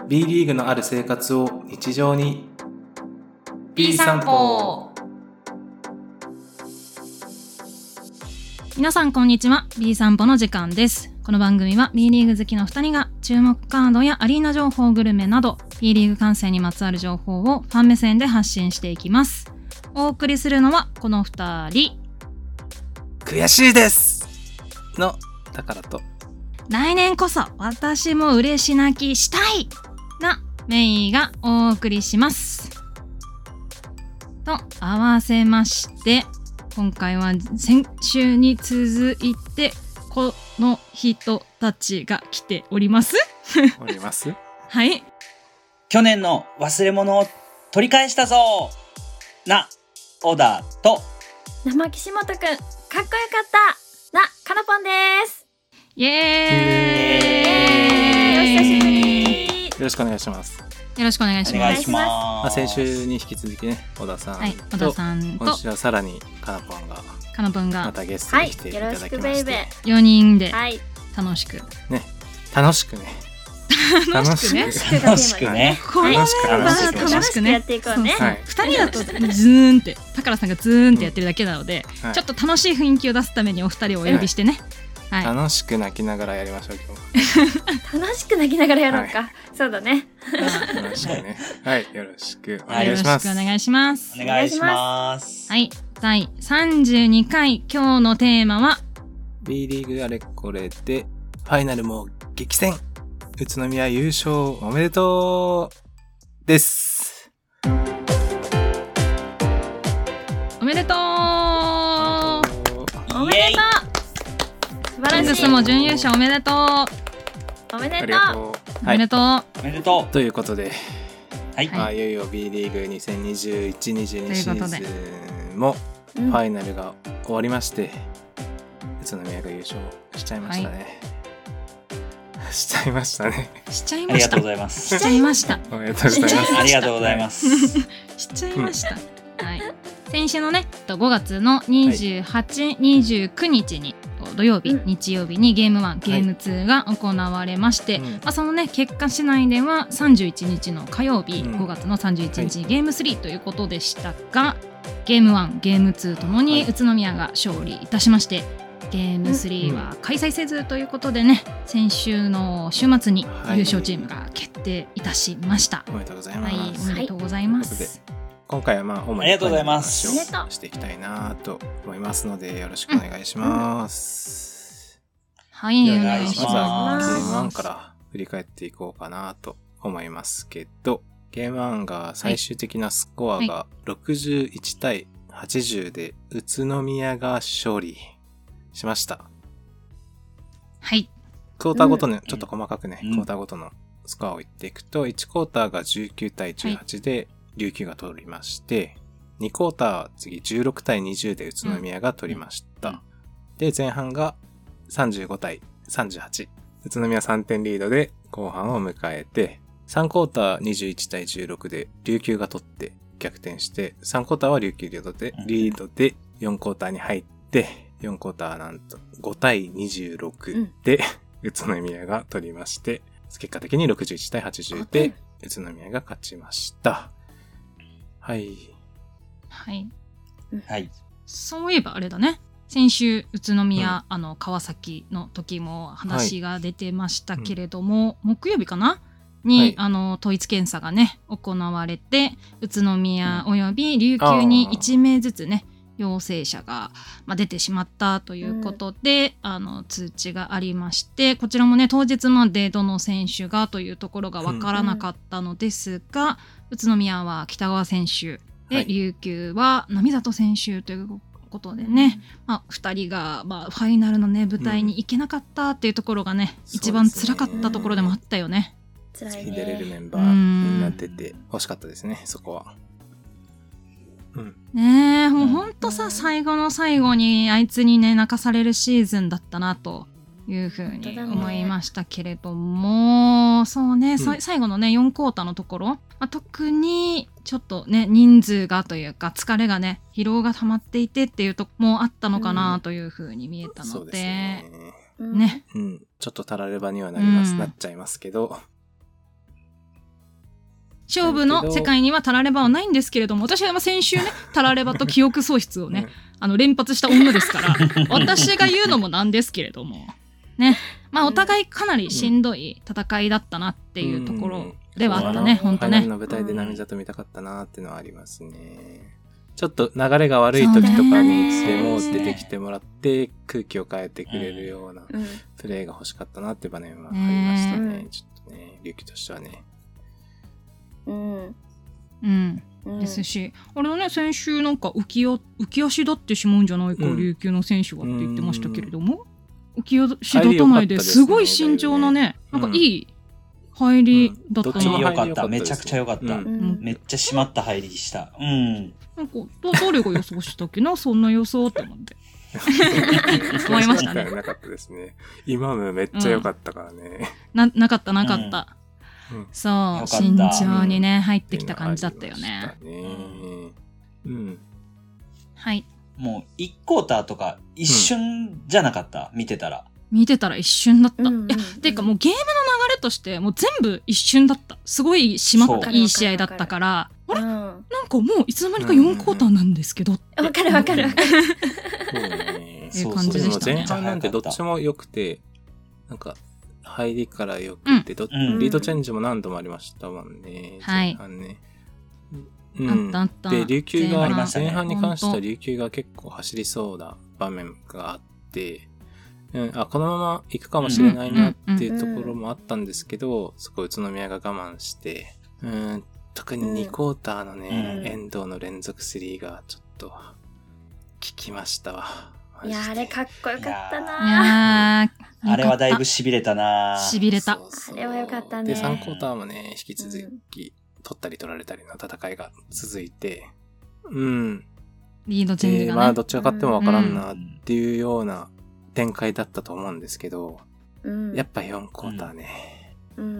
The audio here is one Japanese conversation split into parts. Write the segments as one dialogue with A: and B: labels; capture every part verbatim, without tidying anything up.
A: B リーグのある生活を日常に
B: B 散歩。皆さんこんにちは。 B 散歩の時間です。この番組は B リーグ好きのふたりが注目カードやアリーナ情報、グルメなど B リーグ観戦にまつわる情報をファン目線で発信していきます。お送りするのはこのふたり。
A: 悔しいですの宝と、
B: 来年こそ私も嬉し泣きしたいなメイがお送りします。と合わせまして、今回は先週に続いてこの人たちが来ております
A: おります
B: はい、
C: 去年の忘れ物を取り返したぞな小田と、
D: 生岸本くんかっこよかったなかなぽんです。
B: イエーイ、
D: お久しぶり。
A: よろしくお願いします。
B: よろしくお願いします。
C: お願いします。
A: まあ、先週に引き続きね、小田さんと、
B: はい、小田さんと
A: 今週はさらにかなぽんが
B: かなぽん
A: ま
B: が
A: たゲストに来ていただきまして、
D: はい、よろしくベイベ
B: よにんで
D: はい
B: 楽しく、
A: ね、楽しくね
B: 楽しくね
D: 楽しくがテーマ
C: 楽しくね。
B: このメンバ
A: 楽しく
B: ー
A: 楽しく
B: 楽しくね
D: やっていこうね。
A: はい
B: ふたりだとズーンって宝さんがズーンってやってるだけなので、
A: はい
B: ちょっと楽しい雰囲気を出すためにお二人をお呼びしてね、はい、
A: 楽しく泣きながらやりましょう今
D: 楽しく泣きながらやろうか。そうだね。
A: 日楽しくねはいよろしくお
C: はい
A: 願いします。
B: よろしくお願いします。
C: お願いします。
B: はい、だいさんじゅうにかい、今日のテーマは
A: B リーグあれこれでファイナルも激戦、宇都宮優勝おめでとうです。
B: おめでとう、
D: おめでとう。素晴
B: キング
D: らしい。
B: スも準優勝おめでとう、
A: あ
D: おめでとう。
A: りがとう。
B: おめでとう、
C: おめでとう。
A: ということで、
C: はい。
A: まあ、いよいよ B リーグにせんにじゅういち、にじゅうにシ
B: ということで
A: ーズンもフ
D: うん
A: ァイナルが終わりまして、宇都宮が優勝しちゃいましたね。しちゃいましたね。
B: しちゃい
C: ありがと
B: ました
C: うございます。
B: しちゃいました
A: おめでとうございます。
C: ありがとうございます。
B: しちゃいました、はい、先週のねごがつのにじゅうはち、にじゅうくにちに土曜日、
D: うん
B: 日曜日にゲームワン、ゲームツーが行われまして、
A: うん
B: まあ、そのね結果次第ではさんじゅういちにちの火曜日、
A: うん
B: ごがつのさんじゅういちにちにゲームスリーということでしたが、ゲームワン、ゲームツーともに宇都宮が勝利いたしまして、ゲームスリーは開催せずということでね、先週の週末に優勝チームが決定いたしました。
A: おめでとうござい
B: はい、
A: ます。
B: おめでとうございま。
A: ということ今回はまあ主に
C: ありがとうございます
A: ファイナルの話をしていきたいなと思いますのでよろしくお願いします。
B: はい、お
C: お願いし
B: 願いし
A: まずは
B: ま
A: ゲームワン
B: す。
A: から振り返っていこうかなと思いますけど、ゲームワンが最終的なスコアがろくじゅういちたいはちじゅうで宇都宮が勝利しました。
B: はい、
A: クォーターごとにちょっと細かくね、
C: うん
A: クォーターごとのスコアを言っていくと、いちクォーターがじゅうきゅうたいじゅうはちで琉球が取りまして、にクォーターは次じゅうろくたいにじゅうで宇都宮が取りました。
C: うん
A: で、前半がさんじゅうごたいさんじゅうはち。宇都宮さんてんリードで後半を迎えて、さんクォーターにじゅういちたいじゅうろくで琉球が取って逆転して、さんクォーターは琉球リードで、リードでよんクォーターに入って、よんクォーターなんとごたいにじゅうろくで、宇都宮が取りまして、結果的にろくじゅういちたいはちじゅうで宇都宮が勝ちました。はい。
B: はい。
C: はい。
B: そういえばあれだね。先週宇都宮、うん、あの川崎の時も話が出てましたけれども、はい、木曜日かなに、はい、あの統一検査がね行われて、宇都宮および琉球にいちめいずつね陽性者が、まあ、出てしまったということで、うん、あの通知がありまして、こちらもね当日までどの選手がというところが分からなかったのですが、うん、宇都宮は北川選手で、はい、琉球は並里選手ということでね、うんまあ、ふたりが、まあ、ファイナルの、ね、舞台に行けなかったっていうところがね、うん、一番辛かったところでもあったよね。
D: 辛いね。
A: 次出れるメンバーになってて欲しかったですね、そこは。うん、
B: ねえ、もうほんとさ、最後の最後にあいつにね泣かされるシーズンだったなというふうに思いましたけれども、そうね、うん、最後のねよんクォーターのところ、まあ、特にちょっとね人数がというか疲れがね疲労が溜まっていてっていうとこもあったのかなというふうに見えたので、うん、そうですね、
A: ね、うん、ちょっとたらればにはなります、うん、なっちゃいますけど、
B: 勝負の世界にはタラレバはないんですけれども、私は先週ね、タラレバと記憶喪失をね、うん、あの連発した女ですから、私が言うのもなんですけれども、ね、まあお互いかなりしんどい戦いだったなっていうところではあったね、うん、本当ね。
A: ファイナルの舞台で涙と見たかったなっていうのはありますね。ちょっと流れが悪い時とかにでも出てきてもらって空気を変えてくれるようなプレーが欲しかったなっていう場面はありましたね。うん、ちょっとね、琉球としてはね。
B: うん。うん。ですし、あれはね、先週なんか浮きや浮き足立ってしまうんじゃないか、うん、琉球の選手はって言ってましたけれども、浮き足立たないですごい慎重なね、なんかいい入りだったな。
C: どっちも良かった。めちゃくちゃ良かった。うん、めっちゃ締まった入りした。うん。
B: なんか誰が予想したっけな、そんな予想って思って。思いましたね。
A: なかったですね。今もめっちゃ良かったからね。
B: うん、な、なかったなかった。うん、そう、慎重にね、入ってきた感じだったよね。
A: うん。
B: はい。
C: もう、一クォーターとか一瞬じゃなかった、うん、見てたら。
B: 見てたら一瞬だった。うんうんうん、いや、てかもうゲームの流れとしてもう全部一瞬だった。すごい締まったいい試合だったから、あれ、うん、なんかもういつの間にかよんクォーターなんですけど。
D: わかるわかるわかる。
A: そうね。
B: いう感じでしたね。
A: 前半なんてどっちも良くて、なんか入りから良くて、うん、リードチェンジも何度もありましたもんね。前半ね。
B: うん、あったあった。
A: で、琉球が、前半に関しては琉球が結構走りそうな場面があって、うん、あ、このまま行くかもしれないなっていうところもあったんですけど、そこ宇都宮が我慢して、うん、特ににクォーターのね、うん、遠藤の連続スリーがちょっと効きましたわ。
D: いや、あれかっこよかったな。
C: いやあれはだいぶ痺れたな。
B: 痺れた。
D: そうそうあれはよかったね。
A: で、さんクォーターもね、引き続き、取ったり取られたりの戦いが続いて、うん。
B: リードチェンジがね。
A: まあ、どっちが勝ってもわからんなっていうような展開だったと思うんですけど、うん、やっぱよんクォーターね。うん。うん、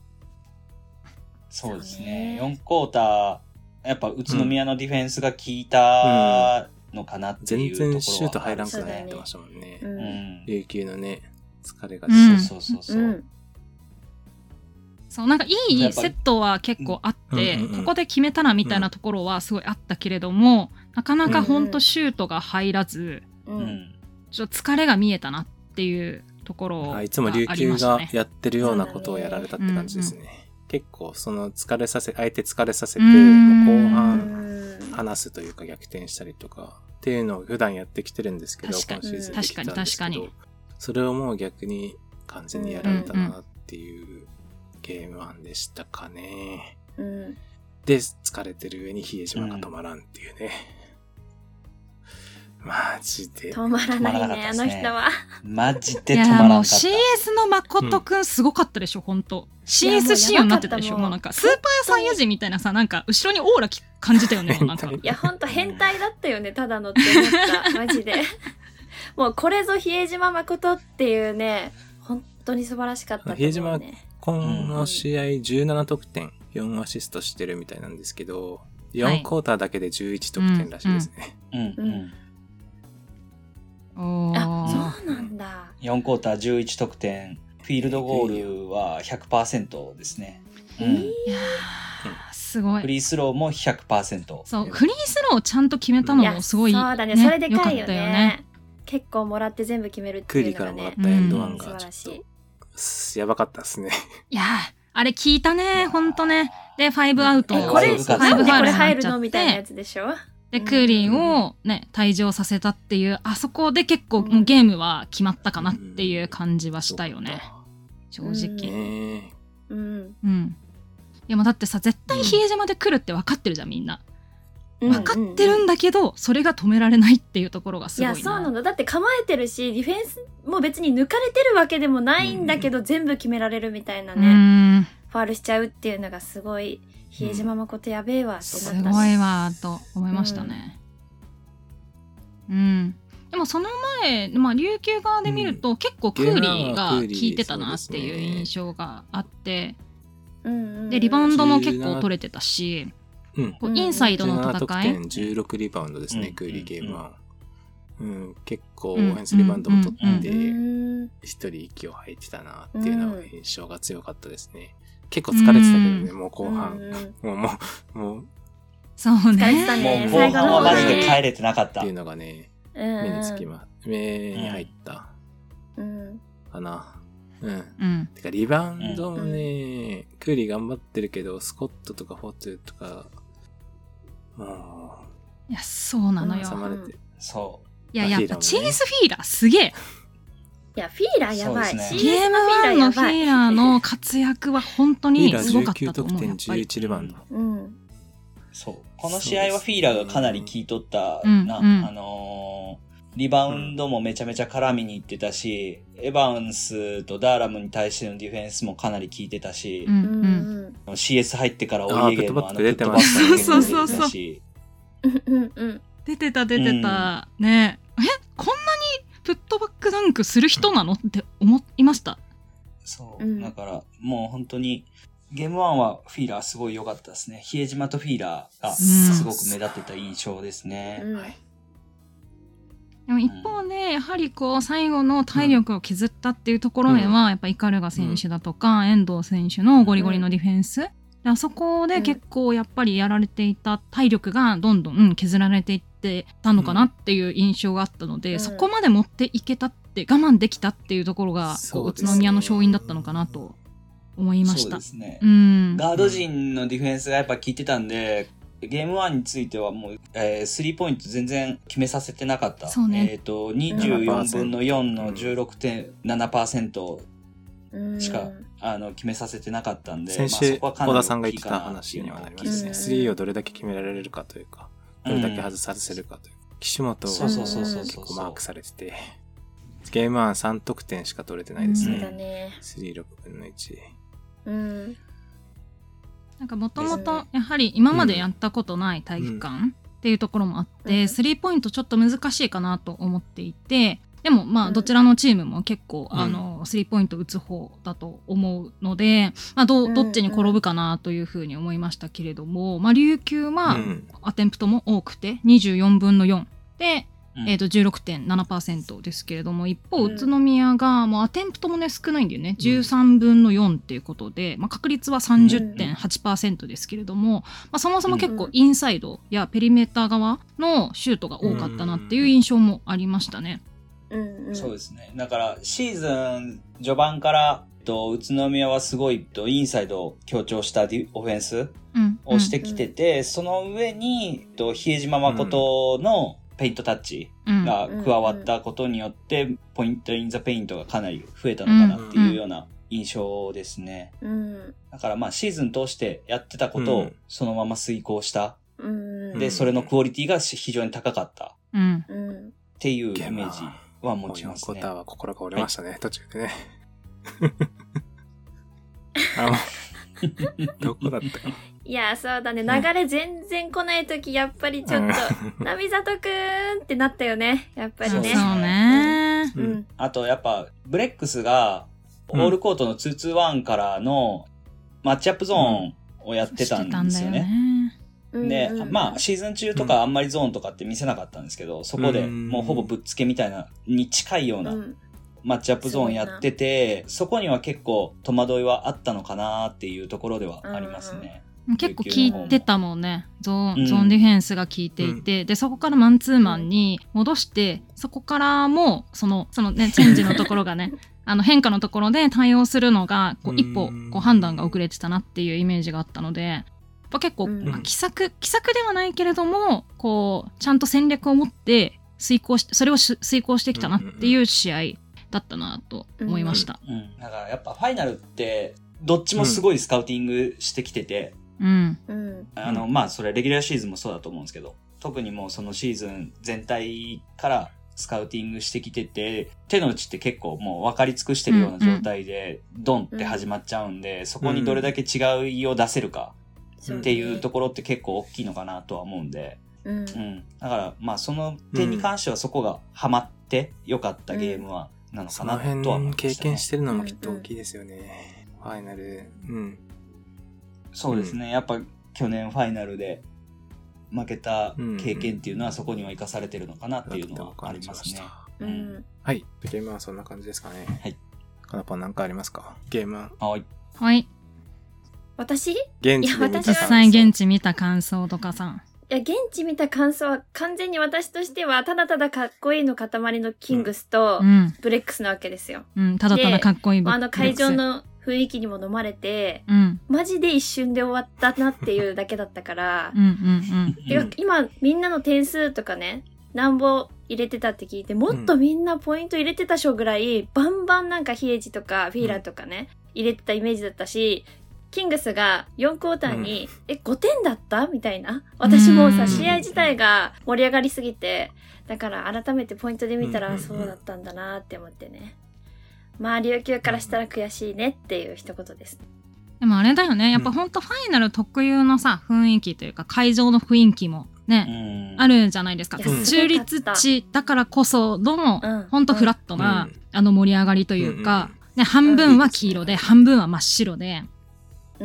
C: そうですね。よんクォーター、やっぱ宇都宮のディフェンスが効いたのかなっていうところは、
A: 全然シュート入らんくなってましたもんね。うん、琉球のね、疲れが、
B: う
C: ん、そうそうそうそう。うん
B: そうなんかいいセットは結構あって、うんうんうん、ここで決めたなみたいなところはすごいあったけれども、うん、なかなかほんとシュートが入らず、うん、ちょっと疲れが見えたなっていうところがありましたね。
A: いつも琉球がやってるようなことをやられたって感じですね。うんうん、結構その疲れさせ、相手疲れさせて、もう後半離すというか逆転したりとかっていうのを普段やってきてるんですけど、今シーズンできたんですけど、確かにそれをもう逆に完全にやられたなっていう、うんうんゲームワンでしたかね、うん、で疲れてる上に比江島が止まらんっていうね、うん、マジで
D: 止まらない ね, ねあの人は
C: マジで止まらなかった。いやもう
B: シーエス の誠くんすごかったでしょ、うん、ほんと シーエス 仕様になってたでしょ。もうなんかスーパーサイヤ人みたいなさ、なんか後ろにオーラ感じたよね。なんかい
D: やほんと変態だったよね、ただのって思ったマジでもうこれぞ比江島誠っていうね、本当に素晴らしかったと思うね。比江島
A: この試合じゅうなな得点、よんアシストしてるみたいなんですけど、よんクォーターだけでじゅういち得点らしいですね。
C: うんうん
B: うん、
D: あ、そうなんだ。
C: よんクォーターじゅういち得点、フィールドゴールは ひゃくパーセント ですね。
B: うん、いやー、すごい。
C: フリースローも ひゃくパーセント。
B: そう、フリースローをちゃんと決めたのもすごい、ね、
D: そうだね、それでかいよね。よね結構もらって全部決めるっていうのがね。
A: クーリからもらったエンドワンが
D: 素晴らしい。
A: やばかったですね。
B: いやー、あれ聞いたね、ほんとね。で、ファイブアウト。
D: え、これ、ファイブファウル入るのみたいなやつでしょ。
B: で、クーリーをね、退場させたっていう、あそこで結構もうゲームは決まったかなっていう感じはしたよね。正直。うん。うん。いや、もうだってさ、絶対比江島で来るって分かってるじゃん、みんな。分かってるんだけど、それが止められないっていうところがすごいな。
D: いや、そうなの。だって構えてるし、ディフェンスも別に抜かれてるわけでもないんだけど、うん、全部決められるみたいなね、うん、ファウルしちゃうっていうのがすごい、比江島誠やべえわってなったし、
B: すごいわと思いましたね。うん。うん、でもその前、まあ、琉球側で見ると、うん、結構クーリーが効いてたなっていう印象があって、うん、で、リバウンドも結構取れてたし、うん、インサイドの戦い。
A: じゅうなな得点、じゅうろくリバウンドですね、うん、クーリーゲームは。うん、結構オフェンスリバウンドも取って、一人息を吐いてたなっていうのが印象が強かったですね。 結構疲れてたけどね、
B: う
A: もう後半。もう、もう、もう。
B: そうね。
D: 疲れてたね。
C: もう後半はマジで帰れてなかった。
A: っていうのがね、
D: うん
A: 目につきま、目に入った。
D: うん。
A: かな。うん。
B: うん。
A: てか、リバウンドもね、うん、クーリー頑張ってるけど、スコットとかフォトゥとか、も
B: う。いや、そうなのよ。
A: 挟まれて。
C: そう。
B: いや、やっぱチェイスフィーラーすげえ。
D: いや、フィーラーやばい。
C: ね、
B: ゲームワンのフィーラーの活躍は本当にすごかったと思う。
A: フィーラーじゅうきゅう得点じゅういちリバウンド。
D: うん。
C: そう。この試合はフィーラーがかなり効いとったな。
B: うんうん、
C: あのー、リバウンドもめちゃめちゃ絡みに行ってたし、エヴァンスとダーラムに対してのディフェンスもかなり効いてたし、
B: うんうん、
C: シーエス 入ってからお家芸のあの
A: プットバック
C: も出てたし。
B: 出てた出てた。うん、ねえ、こんなにプットバックダンクする人なのって思いました。
C: そう。だから、もう本当に、ゲームワンはフィーラーすごい良かったですね。比江島とフィーラーがすごく目立ってた印象ですね。
D: うん、
C: はい。
B: でも一方ね、やはりこう最後の体力を削ったっていうところでは、やっぱイカルガ選手だとか、遠藤選手のゴリゴリのディフェンス、あそこで結構やっぱりやられていた体力がどんどん削られていってたのかなっていう印象があったので、うん、そこまで持っていけたって我慢できたっていうところが、こう宇都宮の勝因だったのかなと思いました。
C: そうですね。
B: うん、
C: ガード陣のディフェンスがやっぱ効いてたんで、ゲームワンについてはもう、えー、スリーポイント全然決めさせてなかった。
B: そうね。
C: えっと、にじゅうよんぶんのよんの じゅうろくてんななパーセント しか、あの決めさせてなかったんで、
A: 先週、
C: まあ、
A: 小田さんが言ってた話にはなりますね。スリーをどれだけ決められるかというか、どれだけ外させるかというか、岸本が結構マークされてて、ゲームワンさん得点しか取れてないですね。スリーろくぶんのいち。
D: うん。
B: なんかもともとやはり今までやったことない体育館っていうところもあって、うん、スリーポイントちょっと難しいかなと思っていて、でもまあどちらのチームも結構、うん、あのスリーポイント打つ方だと思うので、まあ、ど, どっちに転ぶかなというふうに思いましたけれども、まあ、琉球はアテンプトも多くてにじゅうよんぶんのよんで、えー、と じゅうろくてんななパーセント ですけれども、一方宇都宮がもうアテンプトもね少ないんだよね。じゅうさんぶんのよんっていうことで、まあ、確率は さんじゅってんはちパーセント ですけれども、まあ、そもそも結構インサイドやペリメーター側のシュートが多かったなっていう印象もありましたね。
D: うんうん、
C: そうですね。だからシーズン序盤からと宇都宮はすごいとインサイドを強調したディオフェンスをしてきてて、うんうん、その上にと比江島誠のペイントタッチが加わったことによって、うん、ポイントインザペイントがかなり増えたのかなっていうような印象ですね。
D: うん、
C: だからまあシーズン通してやってたことをそのまま遂行した。
D: うん、
C: で、それのクオリティが非常に高かった。
B: うん、
C: っていうイメージは持ちますね。
A: コタは心が折れましたね、はい、途中でね。あどこだったか。
D: いや、そうだね。流れ全然来ないとき、やっぱりちょっと、なみざとくーんってなったよね。やっぱりね。
B: そうね、
C: うんうん。あと、やっぱ、ブレックスが、オールコートの ツーツーワン からのマッチアップゾーンをやってたんですよね。
B: うん、
C: で、まあ、シーズン中とかあんまりゾーンとかって見せなかったんですけど、そこでもうほぼぶっつけみたいな、に近いような、うんマッチアップゾーンやってて、そこには結構戸惑いはあったのかなっていうところではありますね。
B: うん、結構効いてたもんね。ゾーン、ゾーンディフェンスが効いていて、うん、で、そこからマンツーマンに戻して、そこからも、その、そのね、チェンジのところがね、あの変化のところで対応するのが、こう一歩、こう判断が遅れてたなっていうイメージがあったので、やっぱ結構、うんまあ、奇策、奇策ではないけれども、こう、ちゃんと戦略を持って、遂行し、それを遂行してきたなっていう試合、だったなと思いました、
C: うんうん、だからやっぱファイナルってどっちもすごいスカウティングしてきてて、
B: うん、
C: あのまあそれレギュラーシーズンもそうだと思うんですけど、特にもうそのシーズン全体からスカウティングしてきてて、手の内って結構もう分かり尽くしてるような状態でドンって始まっちゃうんで、うん、そこにどれだけ違いを出せるかっていうところって結構大きいのかなとは思うんで、
D: うんうん、
C: だからまあその点に関してはそこがハマってよかったゲームは、うんなのかなとは思いましたね。
A: その辺経験してるのもきっと大きいですよね。うんうん、ファイナル、うん。
C: そうですね。やっぱ去年ファイナルで負けた経験っていうのはそこには生かされてるのかなっていうのはありますね。
D: うん、
A: はい。ゲームはそんな感じですかね。
C: はい。
A: かなぽんなんかありますか？ゲームは。
C: はい。
B: はい。
A: 現
D: 私
A: 地で見た
D: いや私は
B: 実際現地見た感想とかさ。
D: いや、現地見た感想は完全に私としては、ただただかっこいいの塊のキングスと
B: う、ん。
D: ブレックスなわけですよ。
B: うん。ただただかっこいいブ
D: あの会場
B: ブレッ
D: の雰囲気にも飲まれて、
B: クス。うん。
D: マジで一瞬で終わったなっていうだけだったから
B: う、んうん
D: てか今みんなの点数とかね、なんぼ入れてたって聞いて、もっとみんなポイント入れてたしょぐらい、バンバンなんかヒエジとかフィーラとかね、入れてたイメージだったし、キングスがよんクォーターに、うん、え、ごてんだったみたいな。私もさ、試合自体が盛り上がりすぎて、だから改めてポイントで見たらそうだったんだなって思ってね。まあ、琉球からしたら悔しいねっていう一言です。
B: でもあれだよね。やっぱほんとファイナル特有のさ、雰囲気というか会場の雰囲気もね、あるじゃないですか。中立地だからこその、うん、ほんとフラットな、うん、あの盛り上がりというか、うんね、半分は黄色で、うん、半分は真っ白で、うん、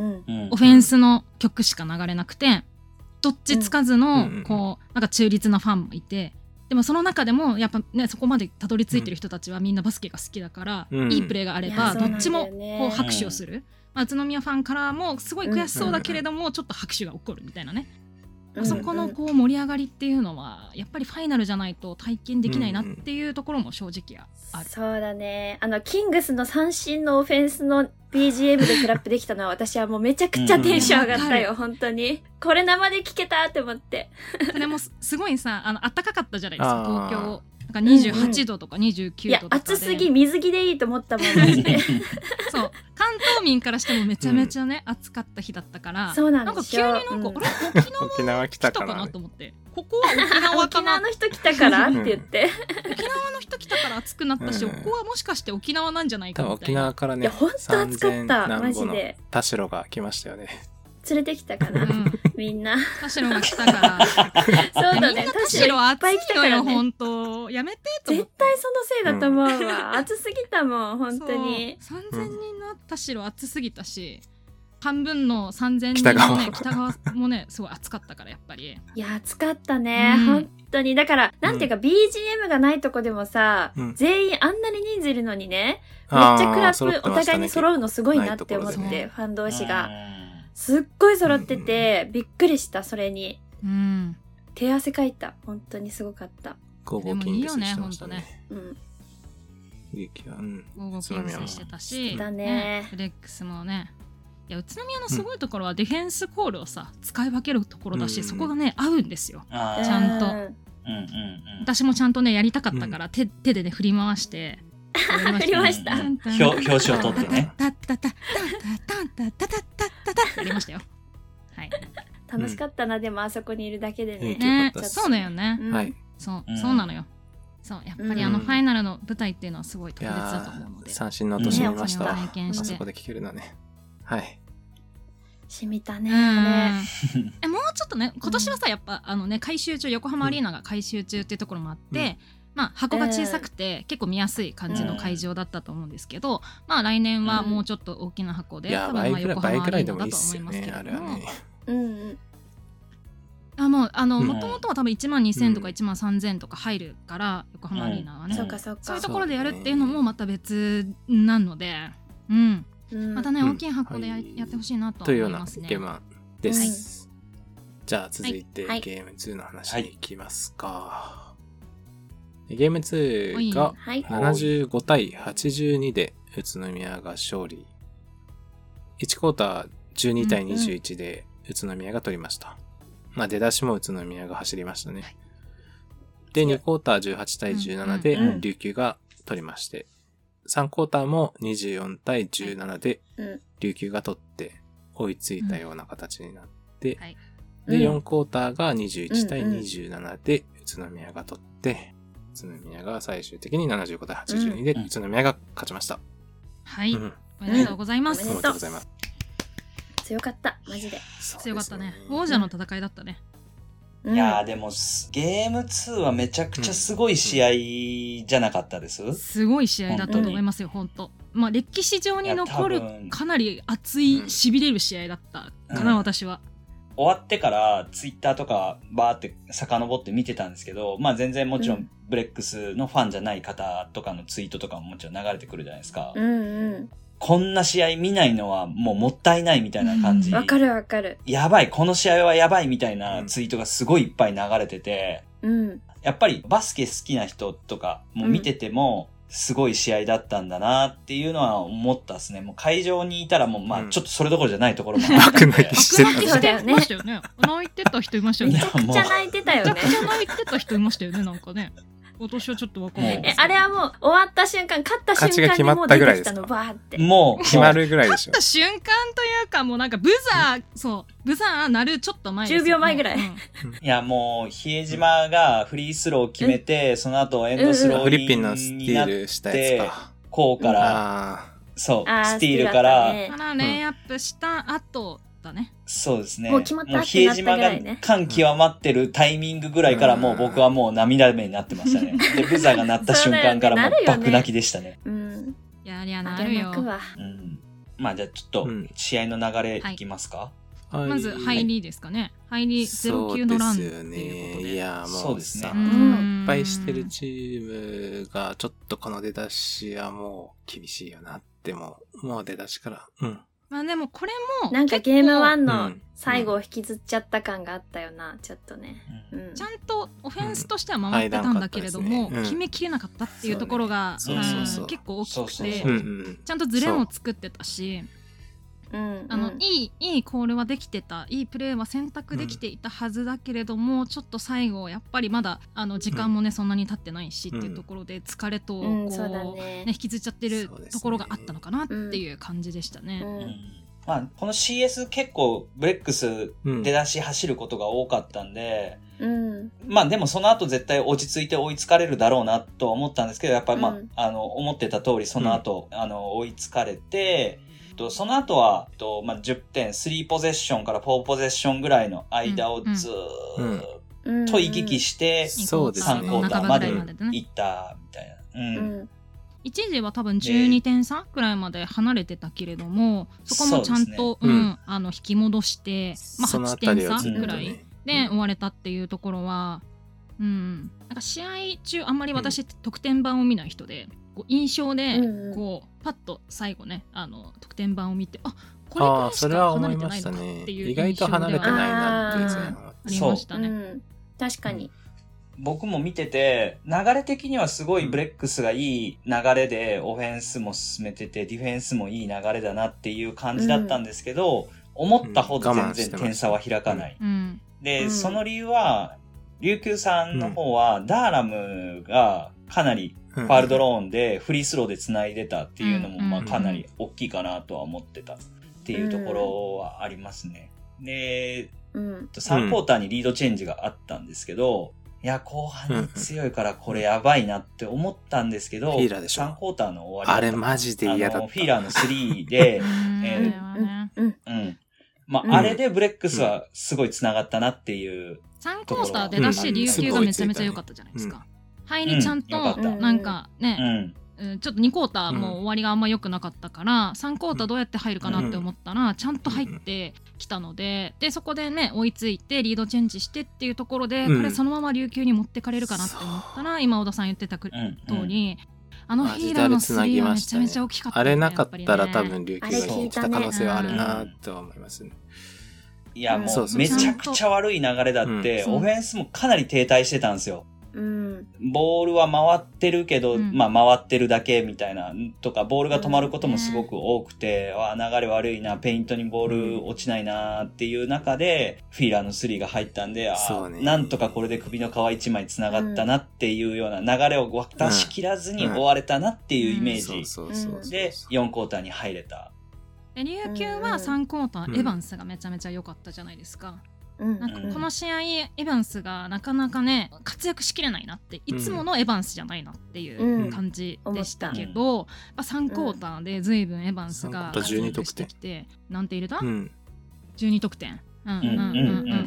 B: オフェンスの曲しか流れなくて、どっちつかずの、うん、こう、なんか中立なファンもいて、でもその中でもやっぱね、そこまでたどり着いてる人たちはみんなバスケが好きだから、うん、いいプレーがあれば、どっちもこう拍手をする。まあ、宇都宮ファンからもすごい悔しそうだけれども、ちょっと拍手が起こるみたいなね。あそこのこう盛り上がりっていうのはやっぱりファイナルじゃないと体験できないなっていうところも正直ある。
D: そうだね。あのキングスの三振のオフェンスの ビージーエム でクラップできたのは私はもうめちゃくちゃテンション上がったよ、うん、本当に。これ生で聞けたって思って。
B: それもすごいさ、あの暖かかったじゃないですか、東京。なんかにじゅうはちどとかにじゅうきゅうどとかで、
D: いや暑すぎ、水着でいいと思ったもんマジで。
B: そう、関東民からしてもめちゃめちゃね、うん、暑かった日だったから、
D: そうなんですよ。
B: なんか急になんか、うん、あれ沖縄来たかなと思って、ここは沖縄かな
D: 沖縄の人来たからって言って、
B: 沖縄の人来たから暑くなったし、うん、ここはもしかして沖縄なんじゃないかみたいな。
A: 沖縄からね、
D: いや本当暑かったマジで。
A: 田代が来ましたよね。
D: 連れてきたかな、うん、みんな。
B: 田代が来たから。
D: そうだね。
B: 田代暑いのよ、ほんと。やめてと思って。
D: 絶対そのせいだと思うわ。うん、暑すぎたもん、ほんとに。
B: さんぜんにんの田代暑すぎたし、半分のさんぜんにんのね、北側もね、すごい暑かったから、やっぱり。
D: いや、暑かったね。うん、本当に。だから、なんていうか、うん、ビージーエム がないとこでもさ、うん、全員あんなに人数いるのにね、めっちゃクラップ、お互いに揃うのすごいなって思って、ね、ファン同士が。すっごい揃ってて、うん、びっくりした、それに。うん。手汗かいた。本当にすごかった。
A: ゴーゴーキングスしてましたね。
B: でもいいよね、
A: ほんとね。うん。リキは、うん。
B: ゴーゴーキングスしてたし、
D: だね
B: ね。フレックスもね。いや、宇都宮のすごいところはディフェンスコールをさ、使い分けるところだし、うん、そこがね、合うんですよ。ちゃんと。うんうんうん。私もちゃんとね、やりたかったから、うん、手, 手でね、振り回して、
D: 振りました。
C: 表表紙を取ってね。
B: タッタタタタタタタタタタタやりましたよ。はい。
D: 楽しかったな、でもあそこにいるだけでね。
B: ね、そうだよね。
A: はい。
B: そう、そうなのよ。そう、やっぱりあのファイナルの舞台っていうのはすごい特別だと思うので。
A: 三振の音しみましたわ。あそこで聞けるのね。はい。
D: しみたね。ね
B: え、もうちょっとね、今年はさ、やっぱあのね、改修中、横浜アリーナが改修中っていうところもあって、まあ、箱が小さくて、えー、結構見やすい感じの会場だったと思うんですけど、うん、まあ来年はもうちょっと大きな箱で、うん、多分まあ横浜アリーナだと思いますけども、
A: ね、
B: あもうあのもともとは多分いちまんにせんとかいちまんさんぜんとか入るから、横浜アリーナはね、
D: うん、そうかそうか、
B: そういうところでやるっていうのもまた別なので、うん、うん、またね、大きい箱で や,、はい、やってほしいなと思いますね。
A: というようなゲームです、はい、じゃあ続いて、はい、ゲームツーの話に行きますか。はい、ゲームツーがななじゅうごたいはちじゅうにで宇都宮が勝利。いちクォーターじゅうにたいにじゅういちで宇都宮が取りました。うんうん、まあ出だしも宇都宮が走りましたね。で、にクォーターじゅうはちたいじゅうななで琉球が取りまして、さんクォーターもにじゅうよんたいじゅうななで琉球が取って追いついたような形になって、で、よんクォーターがにじゅういちたいにじゅうななで宇都宮が取って、宇都宮が最終的にななじゅうごたいはちじゅうにで宇都宮が勝ちました。
B: はい、うん、おめでとうございます。
A: おめでとうございます。
D: 強かった、マジで。
B: 強かったね。王者の戦いだったね。
C: いやーでもゲームツーはめちゃくちゃすごい試合じゃなかったです、うん、
B: すごい試合だったと思いますよ、本当。まあ歴史上に残るかなり熱い痺れる試合だったかな、うん、私は。
C: 終わってからツイッターとかバーって遡って見てたんですけど、まあ全然もちろんブレックスのファンじゃない方とかのツイートとかももちろん流れてくるじゃないですか。
D: うんうん、
C: こんな試合見ないのはもうもったいないみたいな感じ。
D: わ、うん、かるわかる。
C: やばい、この試合はやばいみたいなツイートがすごいいっぱい流れてて、
D: うん、
C: やっぱりバスケ好きな人とかも見てても、すごい試合だったんだなっていうのは思ったですね。もう会場にいたらもう、まあちょっとそれどころじゃないところもあったんで。
A: 爆泣きして
B: 爆泣きしてましたよね。泣いてた人いましたよね。
D: めちゃくちゃ泣いてたよね。
B: めちゃくちゃ泣いてた人いましたよね、なんかね。私はちょっとわかんないですけど。
D: え、あれはもう終わった瞬間、勝った瞬間にもう出てきたの、バーって。
C: もう、
A: 決まるぐらいでしょ。
B: 勝った瞬間というか、もうなんかブザー、そう、ブザー鳴るちょっと前ですよ。
D: じゅうびょうまえぐらい。うん、
C: いや、もう、比江島がフリースローを決めて、うん、その後エンドスローになって、
A: フリッピンのスティールしたやつか。
C: こうから、そう、スティールから、
B: からレイアップした後だね。
C: そうですね。
D: もう決まったって
C: 比江島が感極まってるタイミングぐらいからもう僕はもう涙目になってましたね。で、ブザーが鳴った瞬間からもう爆泣きでしたね。
D: うん。
B: いや、ありゃなるよ。
C: うん。まあじゃあちょっと試合の流れいきますか。
B: はい、まず入りですかね。入りゼロきゅうのランっていうことで。
A: いや、もうさ、
C: う
A: 失敗してるチームがちょっとこの出だしはもう厳しいよなってもう、もう出だしから。うん。
B: まあでもこれも
D: なんかゲームワンの最後を引きずっちゃった感があったよな、ちょっとね、
B: うん、ちゃんとオフェンスとしては回ってたんだけれども、うんねうん、決めきれなかったっていうところが、ね、結構大きくて、ちゃんとズレも作ってたし、うん、あのいいいいコールはできてた、いいプレーは選択できていたはずだけれども、うん、ちょっと最後やっぱりまだあの時間もね、うん、そんなに経ってないしっていうところで疲れとこう、うんうねね、引きずっちゃってるところがあったのかなっていう感じでしたね。
C: うんうんまあ、この シーエス 結構ブレックス出だし走ることが多かったんで、うん、まあでもその後絶対落ち着いて追いつかれるだろうなとは思ったんですけど、やっぱりまあ、うん、あの思ってた通りその後、うん、あの追いつかれて、その後は、まあ、じゅってん、スリーポゼッションからフォーポゼッションぐらいの間をずーっと行き来して、さんクォーターまで行ったみたいな。うんうん
B: 一時は多分じゅうにてん差くらいまで離れてたけれども、そこもちゃんと、うねうん、あの引き戻して、まあ、はちてん差くらいで終われたっていうところは、うん、なんか試合中あんまり私、うん、得点板を見ない人でこう印象でこうパッと最後ねあの得点板を見てあこれくらいしか離れてないのかっていう印象では
A: 意外と離れてないなっていう
B: ありましたね。
D: うん、確かに。
C: 僕も見てて、流れ的にはすごいブレックスがいい流れで、オフェンスも進めてて、ディフェンスもいい流れだなっていう感じだったんですけど、うん、思ったほど全然点差は開かない。うん、で、うん、その理由は、琉球さんの方は、ダーラムがかなりファールドローンでフリースローで繋いでたっていうのも、まあかなり大きいかなとは思ってたっていうところはありますね。で、さんクォーターにリードチェンジがあったんですけど、いや、後半に強いからこれやばいなって思ったんですけど、
A: フィーラーでしょ。
C: さんクォーターの終わり
A: あれマジで嫌だった。
C: フィーラーのスリーで、えー、うん。うん。まあ、あれでブレックスはすごい繋がったなっていう。
B: さんクォーター出だして琉球がめちゃめちゃ良かったじゃないですか。入りちゃんと、なんかね、うんちょっとにクォーターも終わりがあんま良くなかったから、うん、さんクォーターどうやって入るかなって思ったら、うん、ちゃんと入ってきたので、でそこでね追いついてリードチェンジしてっていうところで、うん、これそのまま琉球に持ってかれるかなって思ったら、今小田さん言ってた通り、うん、あのヒーラーのスリーはめちゃめちゃ大きかった、ね、
A: あれなかったら多分琉球が来た可能性はあるなとは思いますね。
C: いやもうめちゃくちゃ悪い流れだって、うん、オフェンスもかなり停滞してたんですよ。うん、ボールは回ってるけど、うん、まあ回ってるだけみたいなとか、ボールが止まることもすごく多くて、うん、あ流れ悪いな、ペイントにボール落ちないなっていう中で、フィーラーのスリーが入ったんで、あ、ね、なんとかこれで首の皮一枚繋がったなっていうような流れを渡し切らずに終われたなっていうイメージで、よんクォーターに入れた。
B: 琉球はさんクォーター、エヴァンスがめちゃめちゃ良かったじゃないですか。なんかこの試合エヴァンスがなかなかね活躍しきれないなって、いつものエヴァンスじゃないなっていう感じでしたけど、うんまあ、さんクォーターで随分エヴァンスが活躍してきて、なんて入れた、うん、じゅうにとくてん、うんうんうんうん、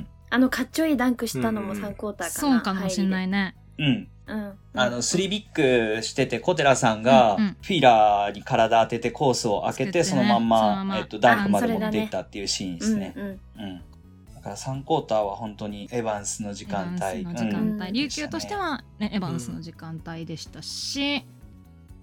D: あのかっちょいいダンクしたのもさんクォーターかな、
B: そうかもしんないね。
C: うんうん、あのスリービッグしてて小寺さんがフィーラーに体当ててコースを開けて、そのまんま、まえっと、ダンクまで持っていったっていうシーンですね。うんうんうんさんクォーターは本当にエヴァンスの時間帯、
B: の時間帯、うん、琉球としては、ね、エヴァンスの時間帯でしたし、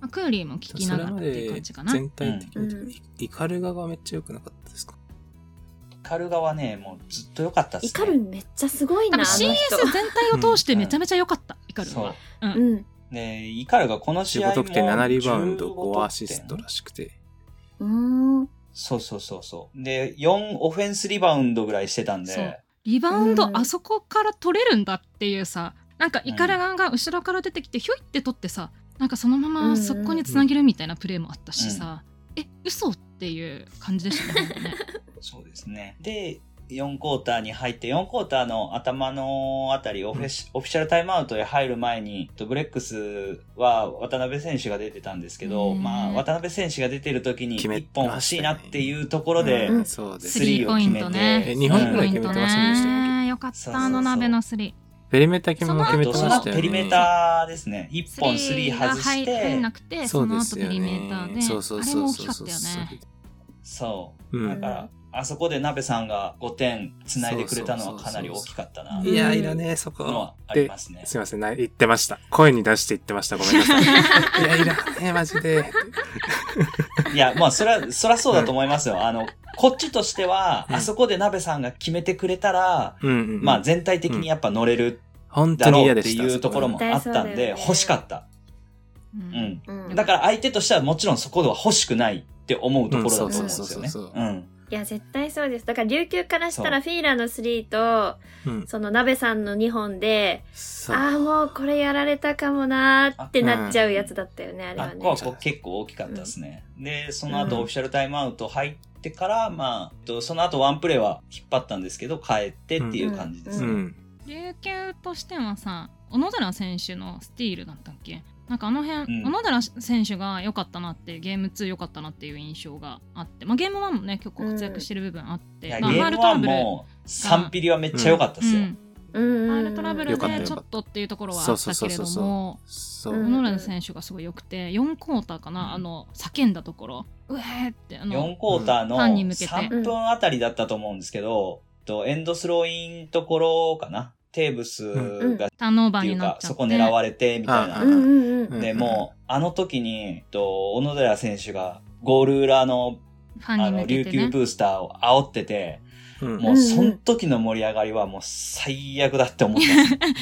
B: まあ、クーリーも聞きながらっていう感じかな。
A: 全体的に、
D: うん、
A: イカルガがめっちゃ良くなかったですか？
C: イカルガはね、もうずっと良かったっすね。
D: イカルめっちゃすごいな。
B: シーエス 全体を通してめちゃめちゃ良かった、うん、イカルは。
D: うん。うん。
C: で、イカルガこの試合も
A: じゅうご得点、ななリバウンド、ごアシストらしくて。
D: うーん。
C: そうそうそうそう。で、よんオフェンスリバウンドぐらいしてたんで。
B: そう。リバウンド、あそこから取れるんだっていうさ、なんかイカルガが後ろから出てきてひょいって取ってさ、なんかそのままそこにつなげるみたいなプレーもあったしさ、うん、え、嘘っていう感じでしたね。ね
C: そうですね。で、よんクォーターに入って、よんクォーターの頭のあたり、オフィシ、オフィシャルタイムアウトへ入る前に、ブレックスは渡辺選手が出てたんですけど、まあ、渡辺選手が出てる時にいっぽん欲しいなっていうところで、スリーを決めて、
B: ね、
A: えにほんぐらい決めてませんでしたっけ？
B: よかった、あの鍋のスリー。
A: ペリメーター決めも決めてましたよね。
C: そのペリメーターですね。いっぽんスリー外して、
B: 入んなくて、その後ペリメーターで、
A: そうそうそうそう、
B: あれも大きかったよね。
C: そう。
A: うん、
C: だから、あそこで鍋さんがごてん繋いでくれたのはかなり大きかったな。
A: いや、いらねえ、そこ。
C: のありますね。
A: すいません、言ってました。声に出して言ってました。ごめんなさい。いや、いらねえ、マジで。
C: いや、まあ、それは、そりゃそうだと思いますよ。あの、こっちとしては、あそこで鍋さんが決めてくれたら、うん、まあ、全体的にやっぱ乗れるだろうっていうところもあったんで、欲しかった。うん。うん、だから相手としてはもちろんそこでは欲しくないって思うところだと思うんですよね。うん。
D: いや、絶対そうです。だから琉球からしたらフィーラーのスリーと、うん、その鍋さんのにほんで、ああ、もうこれやられたかもなーってなっちゃうやつだったよね、あ,、うん、あれはね。
C: あ、ここは結構大きかったですね。うん、で、その後オフィシャルタイムアウト入ってから、うん、まあ、その後ワンプレーは引っ張ったんですけど、帰ってっていう感じですね。うんうん、
B: 琉球としてはさ、小野寺選手のスティールだったっけ？なんかあの辺、うん、小野寺選手が良かったなってゲームツー良かったなっていう印象があって、まあ、ゲームワンもね結構活躍してる部分あって、
C: うん、
B: まあ、
C: ゲームワンもさんピリはめっちゃ良かったですよ、うん
B: うん、ファウルトラブルでちょっとっていうところはあったけれども小野寺選手がすごい良くてよんクォーターかな、うん、あの叫んだところうえーってあの
C: よんクォーターのさんぷんあたりだったと思うんですけど、うん、エンドスローインところかな、テーブスが、
B: ターンオーバーになっちゃって、
C: そこ狙われて、みたいな。
D: うんうんうん、
C: で、もう、あの時に、と、小野寺選手が、ゴール裏の、あの、琉球ブースターを煽ってて、うん、もう、その時の盛り上がりはもう最悪だって思った。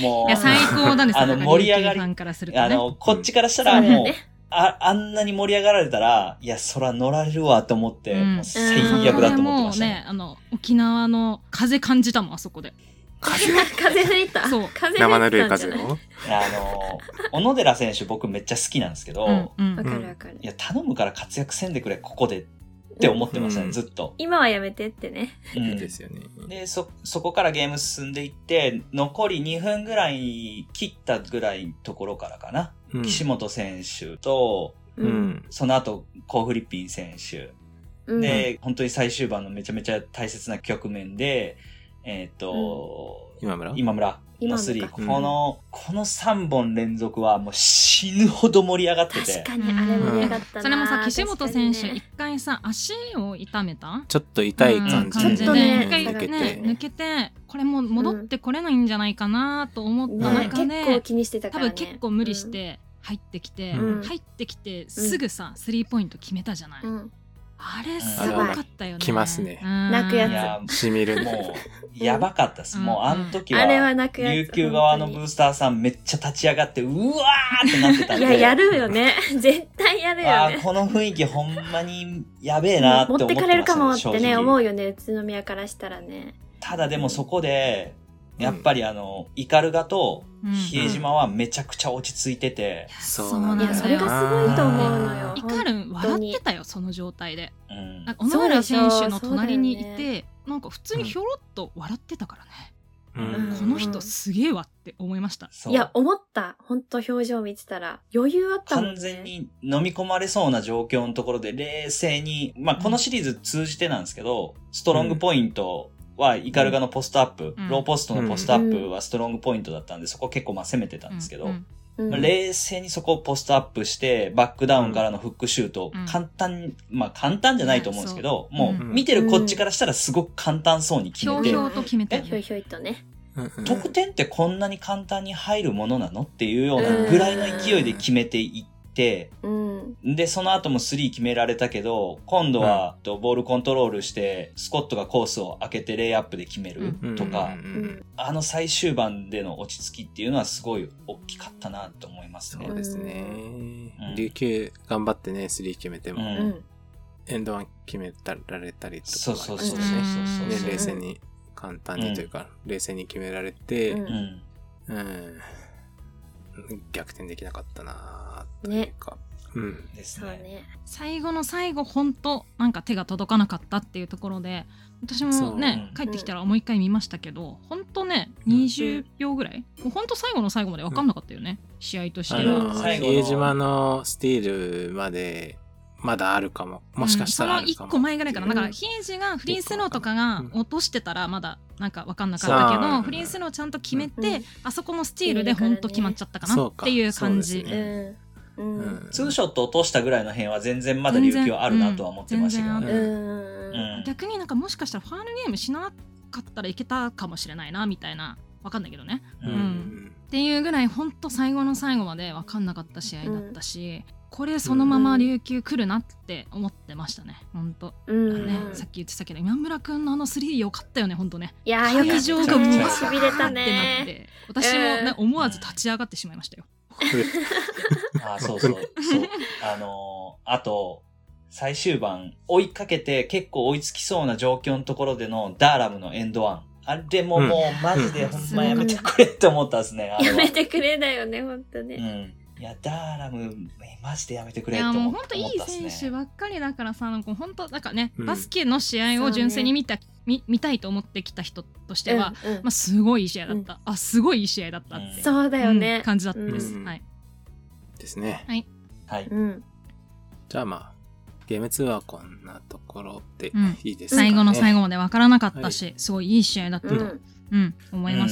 C: もう、
B: いや、最高だね、
C: あの、盛り上がり、
B: ね、
C: あの、こっちからしたらもう、あ、あんなに盛り上がられたら、いや、そら乗られるわと思って、うん、もう最悪だと思ってました、ね。
B: もうね、あの、沖縄の風感じたもん、あそこで。
D: 風、風吹いた。
B: そう。
D: 風
A: 生ぬるい風を。あ
C: の、小野寺選手僕めっちゃ好きなんですけど、わ、
D: うんうん、かるわかる。
C: いや、頼むから活躍せんでくれ、ここで。って思ってましたね、うん、ずっと。
D: 今はやめてってね。
C: うん。ですよね。で、そ、そこからゲーム進んでいって、残りにふんぐらい切ったぐらいのところからかな。うん、岸本選手と、うん、その後、コー・フリッピン選手。うん、で、本当に最終盤のめちゃめちゃ大切な局面で、えっ、ー、と、
A: うん、今村
C: 今村のスリー。この、うん、このさんぼん連続はもう死ぬほど盛り上がってて。
D: 確かに、あれ盛り上がったな、うん。
B: それもさ、岸本選手、一回さ、足を痛めた
A: ちょっと痛い感じで、
B: うん、ちょっとね、一回ね、抜けて、これもう戻ってこれないんじゃないかなと思った中で、うん、
D: 結構気にしてたからね。
B: 多分結構無理して入ってきて、うん、入ってきて、すぐさ、スリーポイント決めたじゃない。うんあれすごかったよね。
A: きますね。
D: 泣くや
C: つ。
A: しみる。
C: もう、やばかったです。もう、あの時は、
D: あれは泣くやつ。
C: 琉球側のブースターさんめっちゃ立ち上がって、うわーってなってたんで。
D: いや、やるよね。絶対やるよね。
C: あこの雰囲気ほんまにやべえなって思ってました、ね。持ってかれるかも
D: ってね、思うよね。宇都宮からしたらね。
C: ただでもそこで、やっぱりあの、イカルガと比江島はめちゃくちゃ落ち着いてて。
B: うん、そうなんだよ。
D: それがすごいと思うのよ。
B: イカル笑ってたよ、その状態で。うん、なんか小野寺選手の隣にいて、ね、なんか普通にひょろっと笑ってたからね。うん、この人すげえわって思いました。
D: いや、思った。本当表情見てたら余裕あったもんね。
C: 完全に飲み込まれそうな状況のところで冷静に、まあこのシリーズ通じてなんですけど、ストロングポイント、うんはイカルガのポストアップ、うん、ローポストのポストアップはストロングポイントだったんで、そこ結構まあ攻めてたんですけど、うんうんまあ、冷静にそこをポストアップして、バックダウンからのフックシュート、うん、簡単、まあ簡単じゃないと思うんですけど、うん、もう見てるこっちからしたらすごく簡単そうに決めて。
B: ひょうひょうと決めて。
D: ひょいひょいとね。
C: 得点ってこんなに簡単に入るものなのっていうようなぐらいの勢いで決めていって、
D: うん、
C: で、その後もスリー決められたけど、今度は、うん、ボールコントロールして、スコットがコースを開けてレイアップで決めるとか、うん、あの最終盤での落ち着きっていうのはすごい大きかったなと思いますね。
A: そうですね。うん、琉球頑張ってね、スリー決めても、うん、エンドワン決められたりとか、
C: そうそうそうそうそう
A: ね、冷静に、簡単にというか、うん、冷静に決められて、うんうん、逆転できなかったなというか、ね、うん
C: ですね。
B: 最後の最後本当なんか手が届かなかったっていうところで、私もね帰ってきたらもう一回見ましたけど、本当ねにじゅうびょうぐらい、もう本当最後の最後まで分かんなかったよね、うん、試合としては。
A: 比江島のスティールまでまだあるかも。もしかしたらあるかも、うん、そのいっこまえぐらいかな。だから比江島がフリースローとかが落としてたらまだなんか分かんなかったけど、うん、フリースローちゃんと決めて、うん、あそこのスティールで本当決まっちゃったかなっていう感じ。
C: うんうん、ツーショット落としたぐらいの辺は全然まだ琉球あるなとは思ってましたけどね、
B: うんうん、逆になんかもしかしたらファールゲームしなかったらいけたかもしれないなみたいな、分かんないけどね、うんうん、っていうぐらい本当最後の最後まで分かんなかった試合だったし、うん、これそのまま琉球来るなって思ってましたね、本当、うんね、さっき言ってたけど今村くんのあのスリー良かったよね、本当ね。
D: いやー、会場がもうしびれたね。
B: 私もね、思わず立ち上がってしまいましたよ。
C: あ、そうそうそう。あのー、あと、最終盤、追いかけて結構追いつきそうな状況のところでのダーラムのエンドワン。あれももうマジでほんまやめてくれって思ったんですね。
D: やめてくれだよね、ほんとね。
C: うん。いや、ダーラム、マジでやめてくれって思ったっすね。いや、もう
B: ほんといい選手ばっかりだからさ、なんかほんと、なんかね、うん、バスケの試合を純粋に見た、ね、見, 見たいと思ってきた人としては、うんうん、まあ、すごいいい試合だった、うん。あ、すごいいい試合だったって。
D: そうだよね。
B: うん、感じだったです。
A: うん、
B: はい。
A: ですね。
B: はい。
C: はい。
D: うん、
A: じゃあまあ、ゲームツーはこんなところでいいです
B: かね。うん、最後の最後まで分からなかったし、はい、すごいいい試合だったと、うんうん、思います。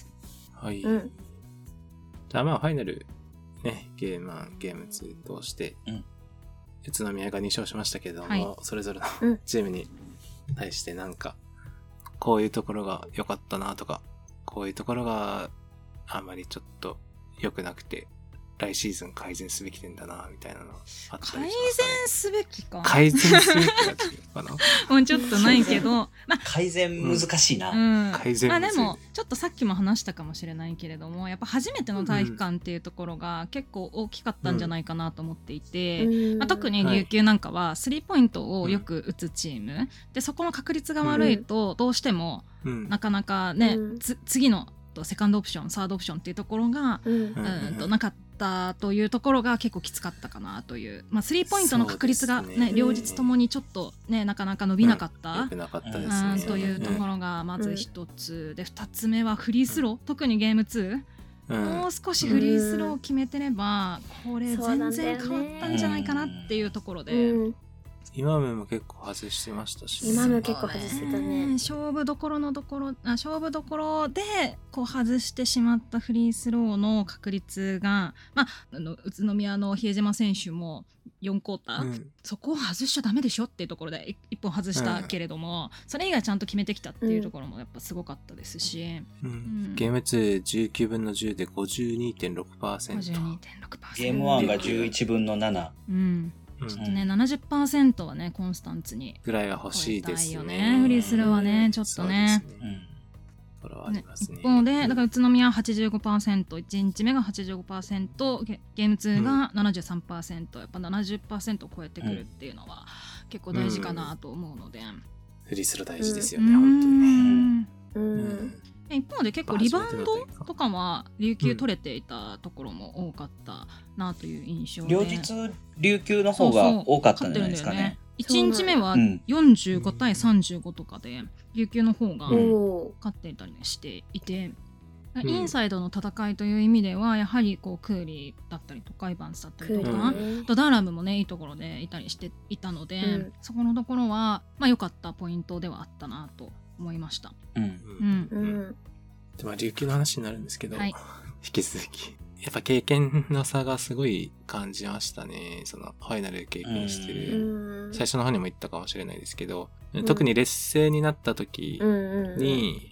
A: はい。うん、じゃあまあ、ファイナル、ね、ゲームワン、ゲームツー通して、うん、宇都宮がに勝しましたけども、はい、それぞれのチームに対してなんか、こういうところが良かったなとか、こういうところがあんまりちょっと良くなくて、来シーズン改善すべき点だなみたいなのあったりしますかね。
B: 改善すべきか。
A: 改善すべきが違うかな。
B: もうちょっとないけど、まあ、
C: 改善難しいな。
B: うん、
A: 改善
B: まあでもちょっとさっきも話したかもしれないけれども、やっぱ初めての体育館っていうところが結構大きかったんじゃないかなと思っていて、うん、まあ、特に琉球なんかはスリーポイントをよく打つチーム、うん、でそこの確率が悪いとどうしてもなかなかね、うん、つ次のセカンドオプション、サードオプションっていうところが、うん、うんとなかったというところが結構きつかったかなという、まあ、スリーポイントの確率が、ねね、両日ともにちょっと、ね、なかなか伸びなかった、
A: うん、なかったですね、
B: というところがまず一つ、うん、で二つ目はフリースロー、うん、特にゲームツー、うん、もう少しフリースローを決めてれば、うん、これ全然変わったんじゃないかなっていうところで、うん、
A: 今も結構外してましたし、
D: 今も結構外してたね。
B: 勝負どころのところ、あ、勝負どころでこう外してしまったフリースローの確率が、まあ、あの宇都宮の比江島選手もよんクォーター、うん、そこを外しちゃダメでしょっていうところでいっぽん外したけれども、うん、それ以外ちゃんと決めてきたっていうところもやっぱすごかったですし、
A: うんうん、ゲームツーじゅうきゅうぶんのじゅうで ごじゅうにてんろくパーセント、
B: ごじゅうにてんろくパーセント、
C: ゲームワンがじゅういちぶんのなな、
B: うんちょっとね、うん、ななじゅっパーセント はねコンスタンツに
A: ぐらいは欲しいですよ
B: ね。フリースローはね、ちょっとね。
A: そうですね。これはありますね。
B: 一方で、だから宇都宮は はちじゅうごパーセント、いち日目が はちじゅうごパーセント、ゲ, ゲームツーが ななじゅうさんパーセント、うん、やっぱ ななじゅっパーセント を超えてくるっていうのは結構大事かなと思うので。うん、
A: フリースロー大事ですよね、うん、本当にね。うん。うん
B: 一方で結構リバウンドとかは琉球取れていたところも多かったなという印象で、
C: 両日琉球の方が多かったんじゃないですかね。そうそう、
B: いち日目はよんじゅうごたいさんじゅうごとかで琉球の方が勝っていたりしていて、うん、インサイドの戦いという意味ではやはりこうクーリーだったりとかイバンスだったりとか、ね、とダーラムもねいいところでいたりしていたので、うん、そこのところはまあ良かったポイントではあったなと思いました。うんうん
A: うん、でまあ琉球の話になるんですけど、はい、引き続きやっぱ経験の差がすごい感じましたね。そのファイナルで経験してる、最初の方にも言ったかもしれないですけど、うん、特に劣勢になった時に、うん、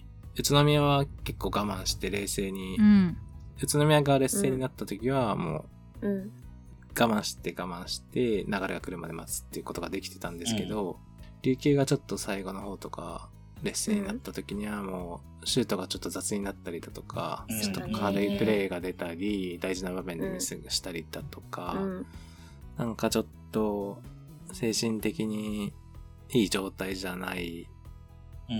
A: 宇都宮は結構我慢して冷静に、うん、宇都宮が劣勢になった時はもう、うん、 我慢して我慢して流れが来るまで待つっていうことができてたんですけど、うん、琉球がちょっと最後の方とか劣勢になった時にはもうシュートがちょっと雑になったりだとか、うん、ちょっと軽いプレーが出たり、大事な場面でミスしたりだとか、うん、なんかちょっと精神的にいい状態じゃない、うん、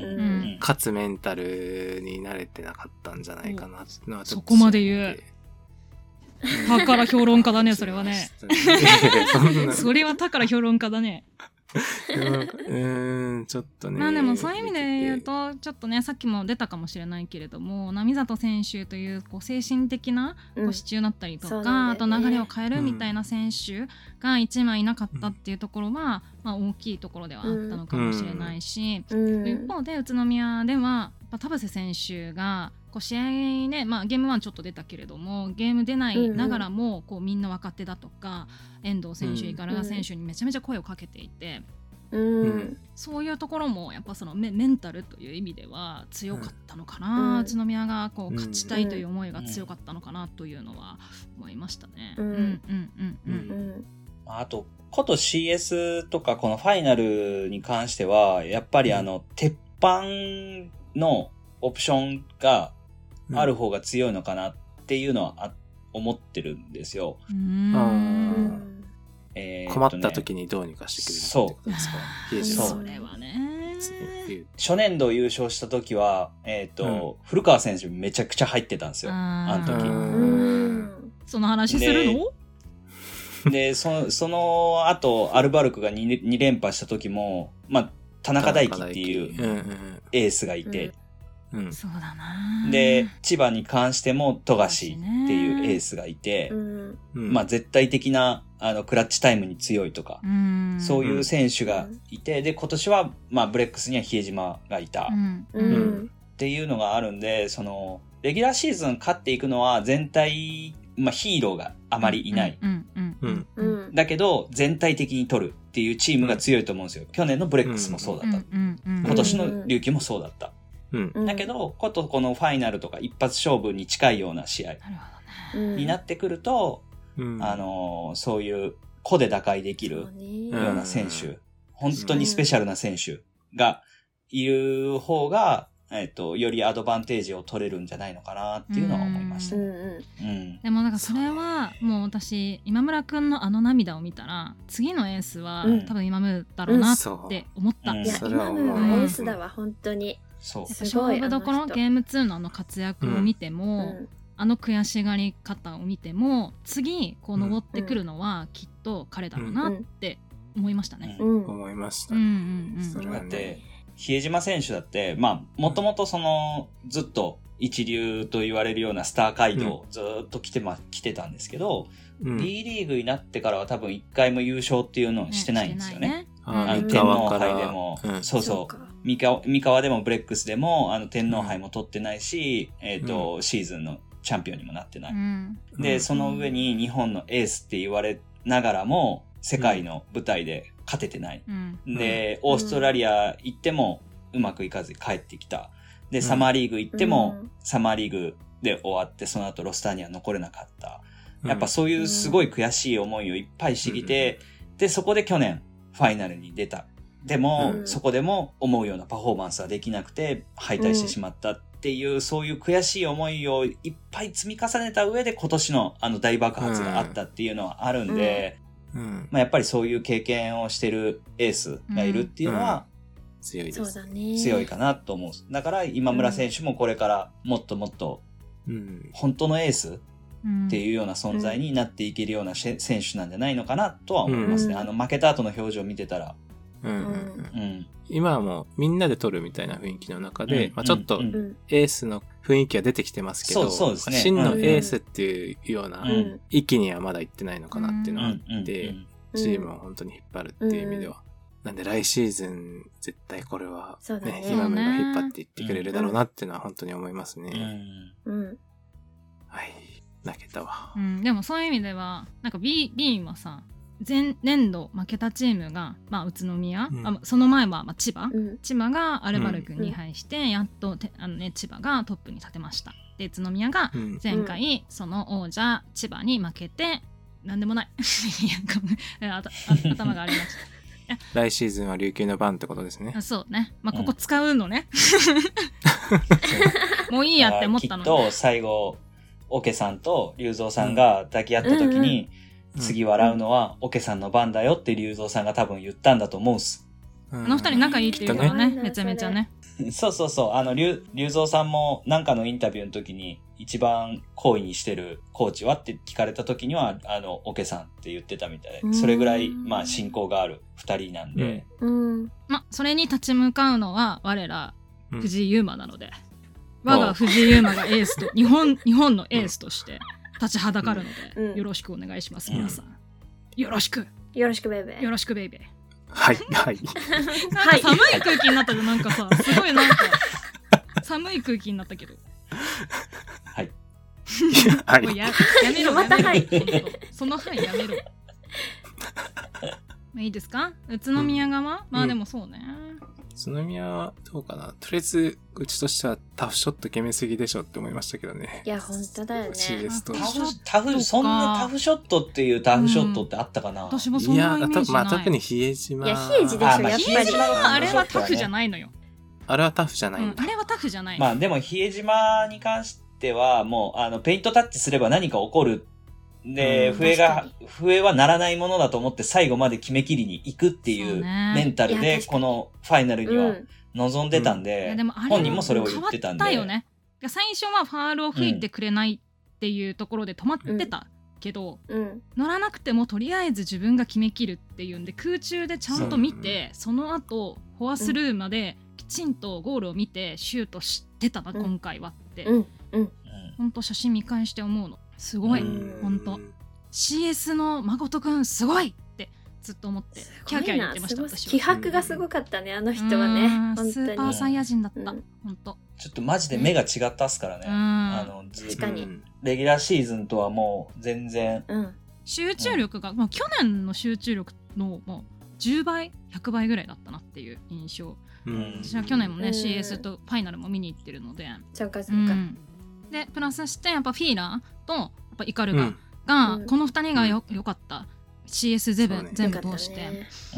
A: かつメンタルに慣れてなかったんじゃないかなっていうのはちょっと、
B: そこまで言う。宝評論家だね、それはね。それは宝評論家だね。
A: うーん、ちょっとね。
B: まあでもそういう意味で言うと、ちょっとね、さっきも出たかもしれないけれども、並里選手というこう精神的なこう支柱だったりとか、うん、あと流れを変えるみたいな選手が一枚いなかったっていうところは、うん、まあ大きいところではあったのかもしれないし、うん、一方で宇都宮では田臥選手がこう試合ね、まあ、ゲームワンちょっと出たけれどもゲーム出ないながらも、こうみんな若手だとか遠藤選手、鵤選手にめちゃめちゃ声をかけていて、うん、そういうところもやっぱその メ, メンタルという意味では強かったのかな、うん、宇都宮がこう勝ちたいという思いが強かったのかなというのは思いましたね。
C: あとこと シーエス とかこのファイナルに関してはやっぱりあの、うん、鉄板のオプションがある方が強いのかなっていうのは思ってるんですよ。うーん、
A: えーっとね、困った時にどうにかしてくれるってことですか。
B: そう。それはね。
C: 初年度優勝した時は、えーっと、うん、古川選手めちゃくちゃ入ってたんですよ。あの時。
B: うんその話するの？
C: で、でそ, その後、アルバルクが 2, 2連覇した時も、まあ、田中大輝っていうエースがいて、
B: うん、そうだな。
C: で、千葉に関しても富樫っていうエースがいて、うん、まあ絶対的なあのクラッチタイムに強いとか、うん、そういう選手がいて、で今年はまあブレックスには比江島がいた、うんうん、っていうのがあるんで、そのレギュラーシーズン勝っていくのは全体、まあヒーローがあまりいない。うんうんうん、だけど全体的に取るっていうチームが強いと思うんですよ。去年のブレックスもそうだった。今年の琉球もそうだった。うん、だけど、ことこのファイナルとか一発勝負に近いような試合になってくると、うん、あのー、そういう個で打開できるような選手、うん、本当にスペシャルな選手がいる方が、えっと、よりアドバンテージを取れるんじゃないのかなっていうのは思いました。うんうん、
B: でもなんかそれはもう私、今村くんのあの涙を見たら、次のエースは多分今村だろうなって思った。
D: うんうん、いや、今村はエースだわ、本当に。
C: そう
B: 勝負どころゲームツーのあの活躍を見ても、うん、あの悔しがり方を見ても次こう登ってくるのはきっと彼だろうなって思いましたね。
A: うんうん、思いました。うんうん
C: うん、それはね、比江島選手だってまあもともとそのずっと一流と言われるようなスター街道をずっと来てま来てたんですけど、うん、B リーグになってからは多分一回も優勝っていうのをしてないんですよね。ねあの天皇杯でも、うん、そうそう三河、三河でもブレックスでもあの天皇杯も取ってないし、うん、えっと、うん、シーズンのチャンピオンにもなってない。うん、で、その上に日本のエースって言われながらも世界の舞台で勝ててない。うん、で、オーストラリア行ってもうまくいかず帰ってきた。で、サマーリーグ行っても、うん、サマーリーグで終わってその後ロスターには残れなかった。やっぱそういうすごい悔しい思いをいっぱいしてきて、うん、で、そこで去年ファイナルに出た。でも、うん、そこでも思うようなパフォーマンスはできなくて敗退してしまったっていう、うん、そういう悔しい思いをいっぱい積み重ねた上で今年のあの大爆発があったっていうのはあるんで、うんうんまあ、やっぱりそういう経験をしてるエースがいるっていうのは強いです。そうだね。強いかなと思う。だから今村選手もこれからもっともっと本当のエースっていうような存在になっていけるような選手なんじゃないのかなとは思いますね。うん、あの負けた後の表情を見てたら。うんうんうん、
A: 今はもうみんなで取るみたいな雰囲気の中で、うんまあ、ちょっとエースの雰囲気は出てきてますけど、うん、そうそうですね、真のエースっていうような域にはまだ行ってないのかなっていうのがあって、うんうん、チームを本当に引っ張るっていう意味では、うん、なんで来シーズン絶対これはね、今村が引っ張っていってくれるだろうなっていうのは本当に思いますね。うんうん、はい、泣けたわ、
B: うん。でもそういう意味ではなんか B, B はさ。前年度負けたチームが、まあ、宇都宮、うん、あその前は、まあ、千葉、うん、千葉がアルバルクに敗して、うん、やっとあの、ね、千葉がトップに立てました。で宇都宮が前回、うん、その王者千葉に負けてなんでもないいやあたあ頭がありました
A: 来シーズンは琉球の番ってことですね。
B: あそうね、まあ、ここ使うのね、うん、もういいやって思ったので、
C: きっと最後オケさんと龍造さんが抱き合った時に、うん、次笑うのはオケさんの番だよって龍造さんが多分言ったんだと思うんす。
B: あの二人仲いいっていうからね、めちゃめちゃね。
C: そうそうそう。あの、龍造さんもなんかのインタビューの時に一番好意にしてるコーチはって聞かれた時には、あの、オケさんって言ってたみたいで、それぐらい、まあ、親交がある二人なんで。
B: うん。まあ、それに立ち向かうのは我ら、藤井優馬なので、うん、我が藤井優馬がエースと、日本、日本のエースとして立ちはだかるので、うん、よろしくお願いします、皆さん。うん、よろしく。
D: よろしくベイベー。
B: よろしくベイベー。
A: はいはい
B: なんか寒い空気になったじゃん、なんかさすごいなんか寒い空気になったけど
C: はい
A: はい
B: もう や, やめろ
D: またはい、
B: そのはいやめろいいですか、宇都宮側、うん、まあでもそうね、
A: 宇都宮はどうかな、とりあえずうちとしてはタフショット決めすぎでしょって思いましたけどね。
D: いや本当だよね。
A: シーエス と
C: タフタフそんなタフショットっていうタフショットってあったかな、
B: うん、私もそんなイメージない。いや、
A: まあ、特に比江島、
D: いや比江島でしょ、やっぱり。
B: 比江島はあれはタフじゃないのよ。
A: あれはタフじゃないんだ、
B: うん、あれはタフじゃない。
C: まあでも比江島に関してはもうあのペイントタッチすれば何か起こるで、うん、笛が笛は鳴らないものだと思って最後まで決め切りに行くっていうメンタルでこのファイナルには望んでたんで、うん、でも本人もそれを言ってたんで。
B: 変わったよね。最初はファールを吹いてくれないっていうところで止まってたけど、うん、乗らなくてもとりあえず自分が決め切るっていうんで空中でちゃんと見て、その後フォアスルーまできちんとゴールを見てシュートしてたな、うん、今回はって、うんうん、ほんと写真見返して思うのすごい、ほんと シーエス の誠くんすごいってずっと思ってキャーキャー言ってました。私は
D: 気迫がすごかったね、あの人はね。本当に
B: スーパーサイヤ人だった、うん、ほんと
C: ちょっとマジで目が違ったっすからね、うん、あの
D: 確かに
C: レギュラーシーズンとはもう全然、
B: うん、集中力が、まあ、去年の集中力のもうじゅうばいひゃくばいぐらいだったなっていう印象、うん、私は去年もね、うん、シーエス とファイナルも見に行ってるので、
D: そうかそうか、うん、
B: でプラスしてやっぱフィーラーとやっぱイカルガが、うん、このふたりがよ、うん、よかった、シーエス 全部、ね、全部通して、ね、うん、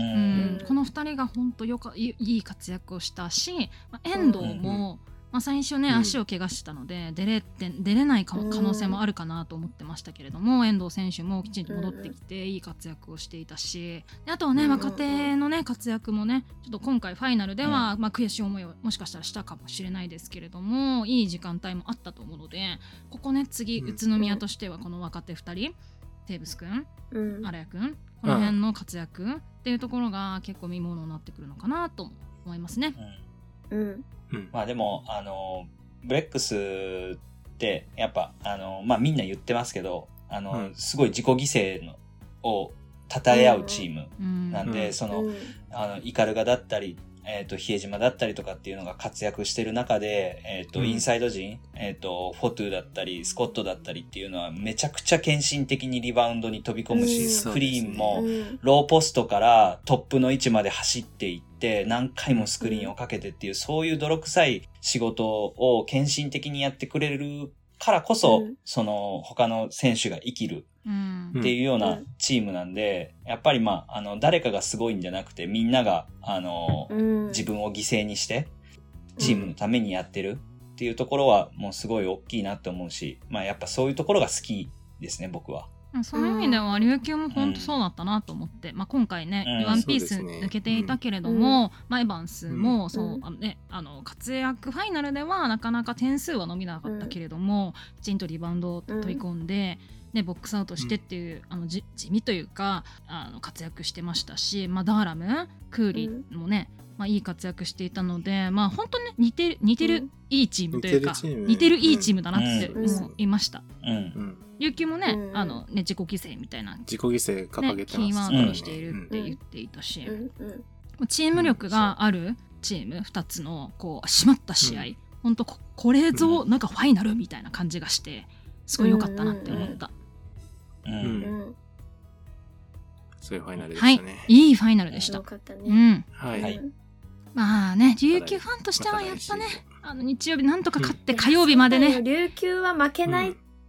B: このふたりが本当よかいい活躍をしたし、まあ、遠藤も、うんまあ、最初ね、うん、足を怪我したので出れて出れないか可能性もあるかなと思ってましたけれども、うん、遠藤選手もきちんと戻ってきていい活躍をしていたし、であとはね、若手のね活躍もねちょっと今回ファイナルでは、うんまあ、悔しい思いをもしかしたらしたかもしれないですけれども、いい時間帯もあったと思うので、ここね次宇都宮としてはこの若手ふたり、テーブス君、うん、荒谷君、この辺の活躍っていうところが結構見ものになってくるのかなと思いますね。
D: うん、うん
C: うん、まあでもあのブレックスってやっぱあのまあみんな言ってますけど、あの、うん、すごい自己犠牲のを称え合うチームなんで、うん、その、うん、あのイカルガだったり、えっと比江島だったりとかっていうのが活躍してる中で、えっと、うん、インサイド陣、えっとフォトゥだったりスコットだったりっていうのはめちゃくちゃ献身的にリバウンドに飛び込むし、スクリーンもローポストからトップの位置まで走っていって何回もスクリーンをかけてっていう、そういう泥臭い仕事を献身的にやってくれるからこそ、うん、その他の選手が生きるっていうようなチームなんで、やっぱりまああの誰かがすごいんじゃなくて、みんながあの、うん、自分を犠牲にしてチームのためにやってるっていうところはもうすごい大きいなって思うし、まあやっぱそういうところが好きですね、僕は。
B: そういう意味では琉球も本当そうだったなと思って、うん、まあ、今回ね、うん、ワンピース抜けていたけれども、うんまあ、エヴァンスもそう、うんあのね、あの活躍ファイナルではなかなか点数は伸びなかったけれども、うん、きちんとリバウンドを取り込んで、ね、ボックスアウトしてっていう、うん、あの地味というかあの活躍してましたし、まあ、ダーラムクーリーもね、まあ、いい活躍していたので、まあ、本当に、ね、似てる似てるいいチームというか、似てる、似てるいいチームだなって思いました。うんうん琉球もね、うん、あのね自己犠牲みたいな
A: 自己犠牲掲げてます、ね、
B: キーワードにしているって言っていたし、うんうん、チーム力があるチームふたつのこう締まった試合、うん、ほんと こ, これぞなんかファイナルみたいな感じがしてすごい良かったなって思った、
A: うんうんうん、そういうファイナルでしたね。
B: はい、いいファイナルでした。
D: よかったね、
B: うん
A: はいはい、
B: まあね琉球ファンとしてはやっぱね、あの日曜日なんとか勝って火曜日ね、
D: 琉球は負けないっ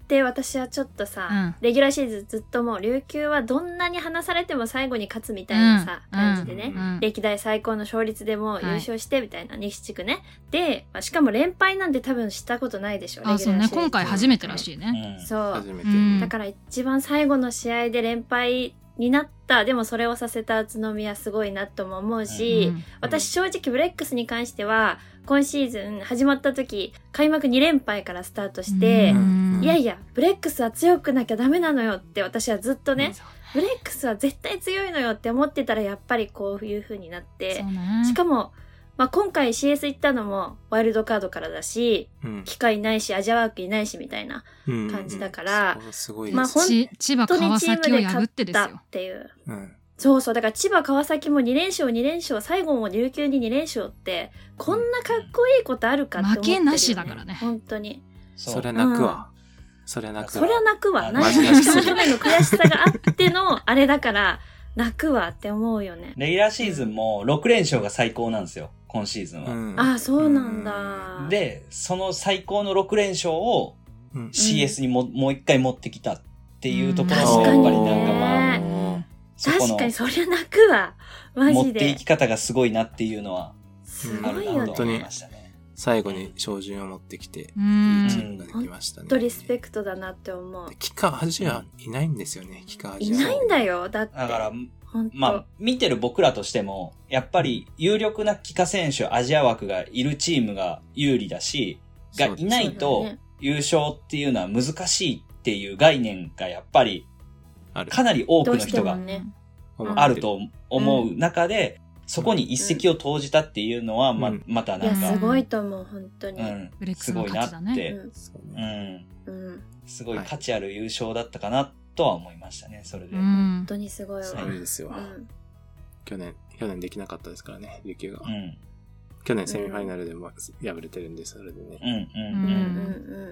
D: って私はちょっとさ、うん、レギュラーシーズンずっともう琉球はどんなに離されても最後に勝つみたいなさ、うん、感じでね、うん、歴代最高の勝率でも優勝してみたいな、はい、西地区ね。で、まあ、しかも連敗なんて多分したことないでしょ。
B: あ、そうね、今回初めてらしいね。
D: うん、そう。
A: 初めて。
D: だから一番最後の試合で連敗になった。でもそれをさせた宇都宮すごいなとも思うし、うん、私正直ブレックスに関しては今シーズン始まった時開幕に連敗からスタートして、うん、いやいやブレックスは強くなきゃダメなのよって私はずっとね、うん、ブレックスは絶対強いのよって思ってたらやっぱりこういう風になって、しかもまあ、今回 シーエス 行ったのもワイルドカードからだし、うん、機会いないしアジアワークいないしみたいな感じだから、
A: うんうん、すごいです。
D: まあ本当にチームで勝ったっていう。うん、そうそう、だから千葉川崎もに連勝に連勝、最後も琉球にに連勝って、こんなかっこいいことあるかって思ってるよね。
B: 負けなしだからね。
D: 本当に。
A: そりゃ泣くわ。うん、そりゃ泣くわ。
D: そりゃ泣くわ。何しかも去年の悔しさがあってのあれだから、泣くわって思うよね。
C: レギュラーシーズンもろく連勝が最高なんですよ。今シーズンは。うん、
D: ああ、そうなんだ。
C: で、その最高のろく連勝を シーエス にも、うん、もう一回持ってきたっていうところがやっぱりなんかまあ、
D: そこの確かにそりゃ泣くわ。マジで。
C: 持っていき方がすごいなっていうのは
D: すごいよね。
C: と思いましたね。
A: 最後に照準を持ってきて、いいチームができましたね。
D: ほんとリスペクトだなって思う。
A: キカアジアいないんですよね、キカアジア。
D: いないんだよ、だって。
C: だから、まあ、見てる僕らとしても、やっぱり有力な帰化選手、アジア枠がいるチームが有利だし、がいないと優勝っていうのは難しいっていう概念がやっぱり、かなり多くの人があると思う中で、そこに一石を投じたっていうのは、ま、またなんか。
D: いや、すごいと思う、本当に。
C: うん、すごいなって。うん。すごい価値ある優勝だったかなとは思いましたね、それで。
D: 本当にすごいわ。
A: そうですよ。去年、去年できなかったですからね、琉球が。去年セミファイナルでも敗れてるんです、それでね。
C: うん、うん、うん。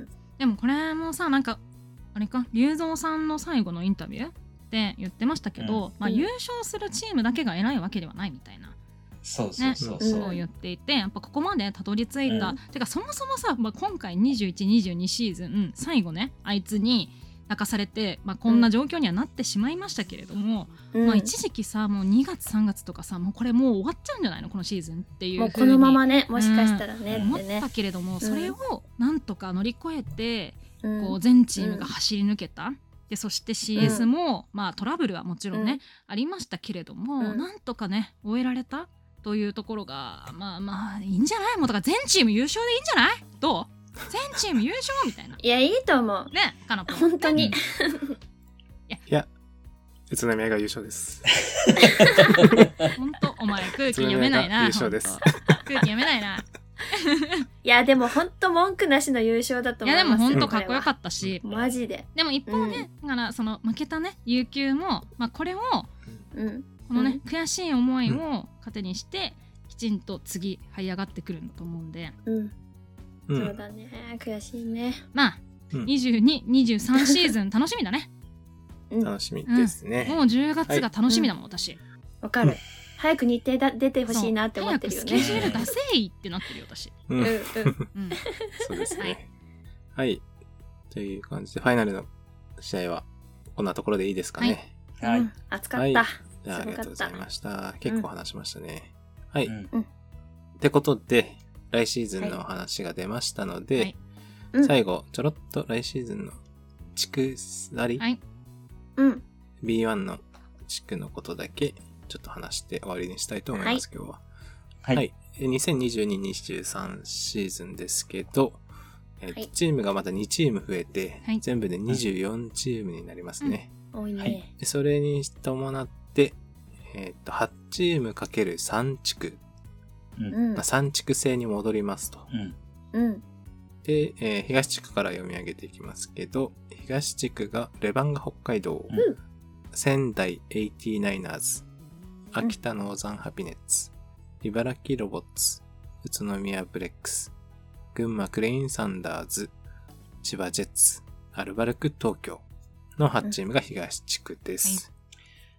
B: でもこれもさ、なんか、あれか、龍造さんの最後のインタビューって言ってましたけど、うん、まあ、優勝するチームだけが偉いわけではないみたいな、
C: そうそうそうそう、
B: ね、そう言っていて、やっぱここまでたどり着いた、うん、てかそもそもさ、まあ、今回にじゅういち、にじゅうにシーズン最後ね、あいつに泣かされて、まあ、こんな状況にはなってしまいましたけれども、うん、まあ、一時期さもうにがつさんがつとかさ、もうこれもう終わっちゃうんじゃないのこのシーズンっていう風に、もう
D: このままね、もしかしたらね、
B: うん、思ったけれども、それをなんとか乗り越えて、うん、こう全チームが走り抜けた、でそして シーエス も、うん、まあ、トラブルはもちろんね、うん、ありましたけれども、うん、なんとかね終えられたというところがまあまあいいんじゃない？もうだから全チーム優勝でいいんじゃない？どう？全チーム優勝みたいな。
D: いや、いいと思う
B: ね、かなぽん
D: 本当に、うん、い
A: や、いや宇都宮が優勝です。
B: 本当お前空気読めないな。
A: 優勝です。
B: 空気読めないな。
D: いやでも本当文句なしの優勝だと思いますよ。
B: いやでも本当かっこよかったし、
D: マジで。
B: でも一方ね、うん、だからその負けたね琉球も、まあ、これを、うん、このね、うん、悔しい思いを糧にしてきちんと次這い上がってくるんだと思うんで、
D: うんうん、そうだね、悔しいね。
B: まあ、うん、にじゅうに、にじゅうさんシーズン楽しみだね。
A: 楽しみですね、
B: うん、もうじゅうがつが楽しみだもん、はい、私。
D: わかる。早く日程だ出てほしいなって思ってるよね。
B: 早くスケジュール出せいってなってるよ私。
A: うん、うん、そうですね。はい、はい。という感じでファイナルの試合はこんなところでいいですかね。
D: はい。はい、うん、熱かった。はい、
A: じゃあありがとうございました。結構話しましたね。うん、はい、うん。ってことで来シーズンの話が出ましたので、はいはい、最後ちょろっと来シーズンの地区なり、はい、
D: うん、
A: ビーワン の地区のことだけちょっと話して終わりにしたいと思います、はい、今日は。はい。はい、にせんにじゅうに、にじゅうさんシーズンですけど、はい、チームがまたにチーム増えて、はい、全部でにじゅうよんチームになりますね。
D: うん、多いね。はい、
A: でそれに伴って、えー、っとはちチームかけるさん地区、うんまあ、さん地区制に戻りますと。
D: うん、
A: で、えー、東地区から読み上げていきますけど、東地区がレバンガ北海道、うん、仙台エイティナイナーズ、秋田ノーザンハピネッツ、茨城ロボッツ、宇都宮ブレックス、群馬クレインサンダーズ、千葉ジェッツ、アルバルク東京のはちチームが東地区です。うんはい、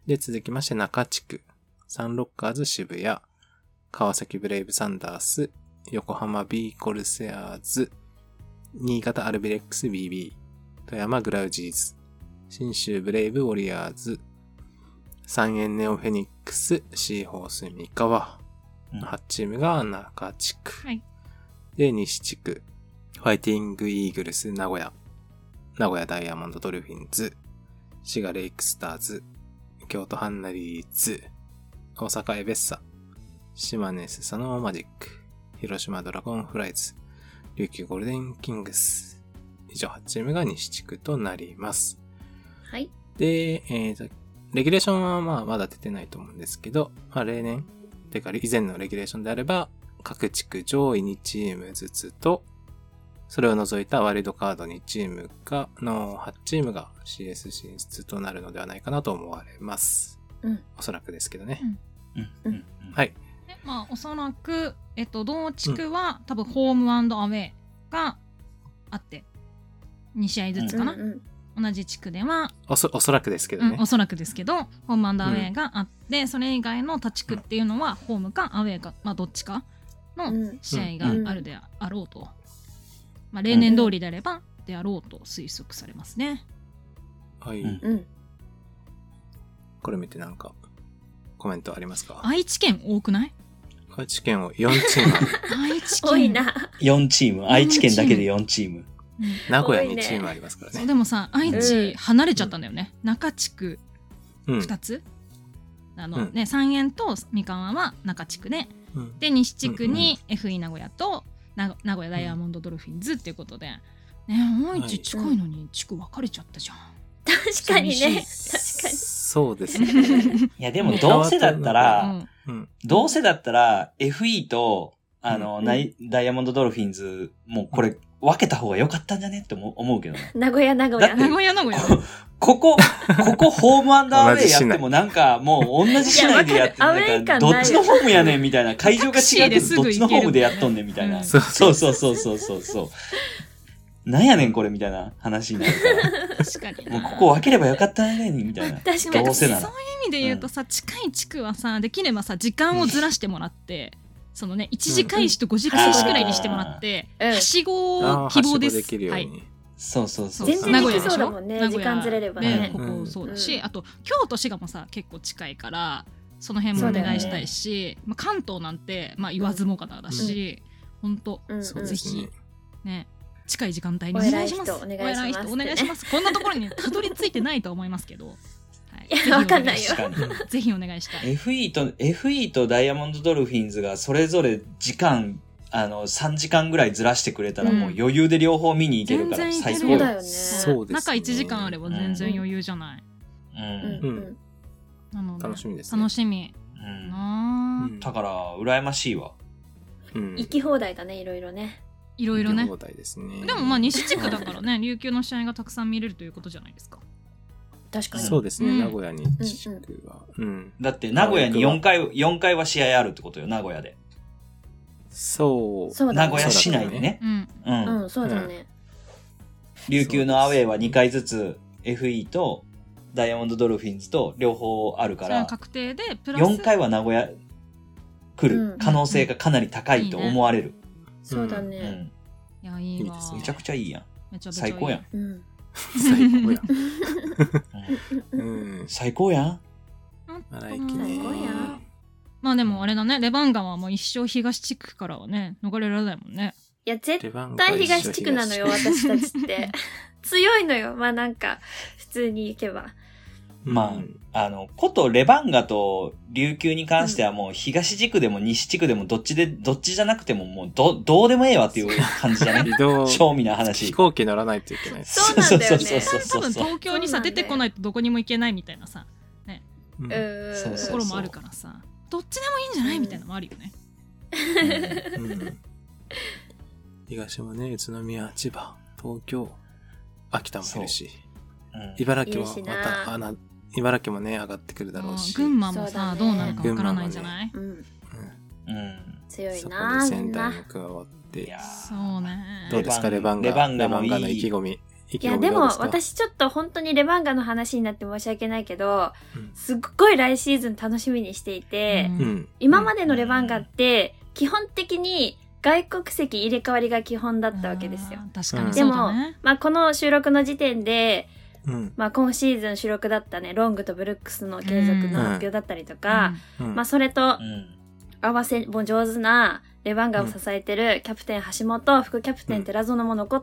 A: で、続きまして中地区、サンロッカーズ渋谷、川崎ブレイブサンダース、横浜 B コルセアーズ、新潟アルビレックス ビービー、 富山グラウジーズ、信州ブレイブウォリアーズ、三円ネオフェニックス、シーホース三河のはちチームが中地区。
B: はい。
A: で、西地区、ファイティングイーグルス名古屋、名古屋ダイヤモンドドルフィンズ、滋賀レイクスターズ、京都ハンナリーズ、大阪エベッサ、島根スサノーマジック、広島ドラゴンフライズ、琉球ゴールデンキングス。以上はちチームが西地区となります。
D: はい。
A: で、えーと、レギュレーションはまあまだ出てないと思うんですけど、まあ例年、てか以前のレギュレーションであれば、各地区上位にチームずつと、それを除いたワイルドカードにチームが、のはちチームが シーエス 進出となるのではないかなと思われます。
D: うん。
A: おそらくですけどね。
C: うんうんうん、
A: はい。
B: でまあおそらく、えっと、同地区は、うん、多分ホーム&アウェーがあってに試合ずつかな、うんうんうん、同じ地区では
A: おそ, おそらくですけどね、
B: うん、おそらくですけどホーム&アウェーがあって、うん、それ以外の他地区っていうのは、うん、ホームかアウェーか、まあ、どっちかの試合があるであろうと、うんまあ、例年通りであればであろうと推測されますね。
A: はい、
D: うん、
A: これ見てなんかコメントありますか？
B: 愛知県多くない？
A: 愛知県をよんチーム
B: 愛知県
D: 多いな。
C: よんチーム、愛知県だけでよんチーム、
A: うん、名古屋にチームありますからね。
B: そうでもさ、愛知離れちゃったんだよね、うん、中地区ふたつ、うん、あのね、うん、三円と三河は中地区で、うん、で西地区に エフイー 名古屋と名古屋ダイヤモンドドルフィンズっていうことで、ね、愛知近いのに地区分かれちゃったじゃん。
D: 確かにね。確かに。
A: そうですね。
C: いやでもどうせだったら、うん、どうせだったら エフイー とあの、うん、ダイヤモンドドルフィンズもうこれ分けた方が良かったんじゃねって思うけどね。
D: 名古屋名古屋。
B: 名古屋名古屋。
C: ここ、ここホームアンダーウェイやってもなんかもう同じ市内でやってなんかどっちのホームやねんみたいな、会場が違うけどどっちのホームでやっとんねんみたいな。そうそうそうそうそうそう。なんやねんこれみたいな話になるから。
B: 確かに。
C: もうここ分ければよかったねみたいな。
B: 確かに。
C: どうせなら。
B: そういう意味で言うとさ、うん、近い地区はさ、できればさ、時間をずらしてもらって、うん、そのね、いちじ開始とごじ開始くらいにしてもらって、うん、はしごを希望です。はい。
C: そうそうそう。
D: 全然できそうだもんね。時間ずれればね。
B: ここそうだし、うん、あと京都滋賀もさ結構近いから、その辺もお願いしたいし、ね、まあ、関東なんてまあ言わずもがなだし、本当、うん、ぜひね。近い時間帯にお願いします。お
D: 偉い人
B: お願いします。こんなところにたどり着いてないとは思いますけど、はい、
D: いやわかんないよ。
B: ぜひお願いしたい。
C: エフイー と エフイー とダイヤモンドドルフィンズがそれぞれ時間あのさんじかんぐらいずらしてくれたらもう余裕で両方見に行けるから最高
B: だよね。そうですね。中いちじかんあれば全然余裕じゃない。
C: うん。うん。
B: なので
A: 楽しみですね。
B: 楽しみ。
C: うん。だから羨ましいわ。
D: うん。行き放題だね、いろいろね。
B: いろいろね。
A: 行き放題ですね。
B: でもまあ西地区だからね、琉球の試合がたくさん見れるということじゃないですか。
D: 確かに。
A: そうですね、うん、名古屋に地区は、うんうん。
C: だって名古屋によんかい、よんかいは試合あるってことよ、名古屋で。
A: そう。
D: そう
C: だね、名古屋市内でね。
B: うん。
D: うん、うん、そうだね。
C: 琉球のアウェーはにかいずつ エフイー とダイヤモンドドルフィンズと両方あるから、
B: 確定でプラス
C: よんかいは名古屋来る可能性がかなり高いと思われる。
D: そうだね。
B: いや、いいわ。
C: めちゃくちゃいいやん。
B: めちゃめちゃ
C: 最高やん。
D: うん、
A: 最高やん。
C: うん、最高やん。
A: 最高やん。
B: まあでもあれだね、レバンガはもう一生東地区からはね、逃れられないもんね。
D: いや、絶対東地区なのよ、私たちって。強いのよ、まあなんか、普通に行けば。
C: まあ、あの、ことレバンガと琉球に関してはもう東地区でも西地区でもどっちで、どっちじゃなくてももうど、どうでもええわっていう感じじゃね。移動。正味な話。
A: 飛行機乗らないといけない。
D: そうなんだよね。
C: そうそうそうそう。
B: 多分東京にさ、出てこないとどこにも行けないみたいなさ、ね。
D: うん。
B: ところもあるからさ、どっちでもいいんじゃないみたいなのもあるよね。
A: うんうん、東もね、宇都宮、千葉、東京、秋田もいるし、うん、茨城はまた、あな、茨城もね、上がってくるだろうし。
B: 群馬もさ、ね、どうなるかわからないんじゃない？
D: うん。うん。強いな。
A: そこで仙台も加わって。
B: そうね。
A: どうですか、レバンガ。レバンガの意気込み。
D: いやでも私ちょっと本当にレバンガの話になって申し訳ないけど、うん、すっごい来シーズン楽しみにしていて、うん、今までのレバンガって基本的に外国籍入れ替わりが基本だったわけですよ。
B: 確かに
D: でも、
B: そうだね。
D: まあ、この収録の時点で、
A: うん
D: まあ、今シーズン収録だったね、ロングとブルックスの継続の発表だったりとか、
A: うん
D: まあ、それと
C: うん
D: 合わせも上手なレバンガを支えてるキャプテン橋本、副キャプテン寺園も残って、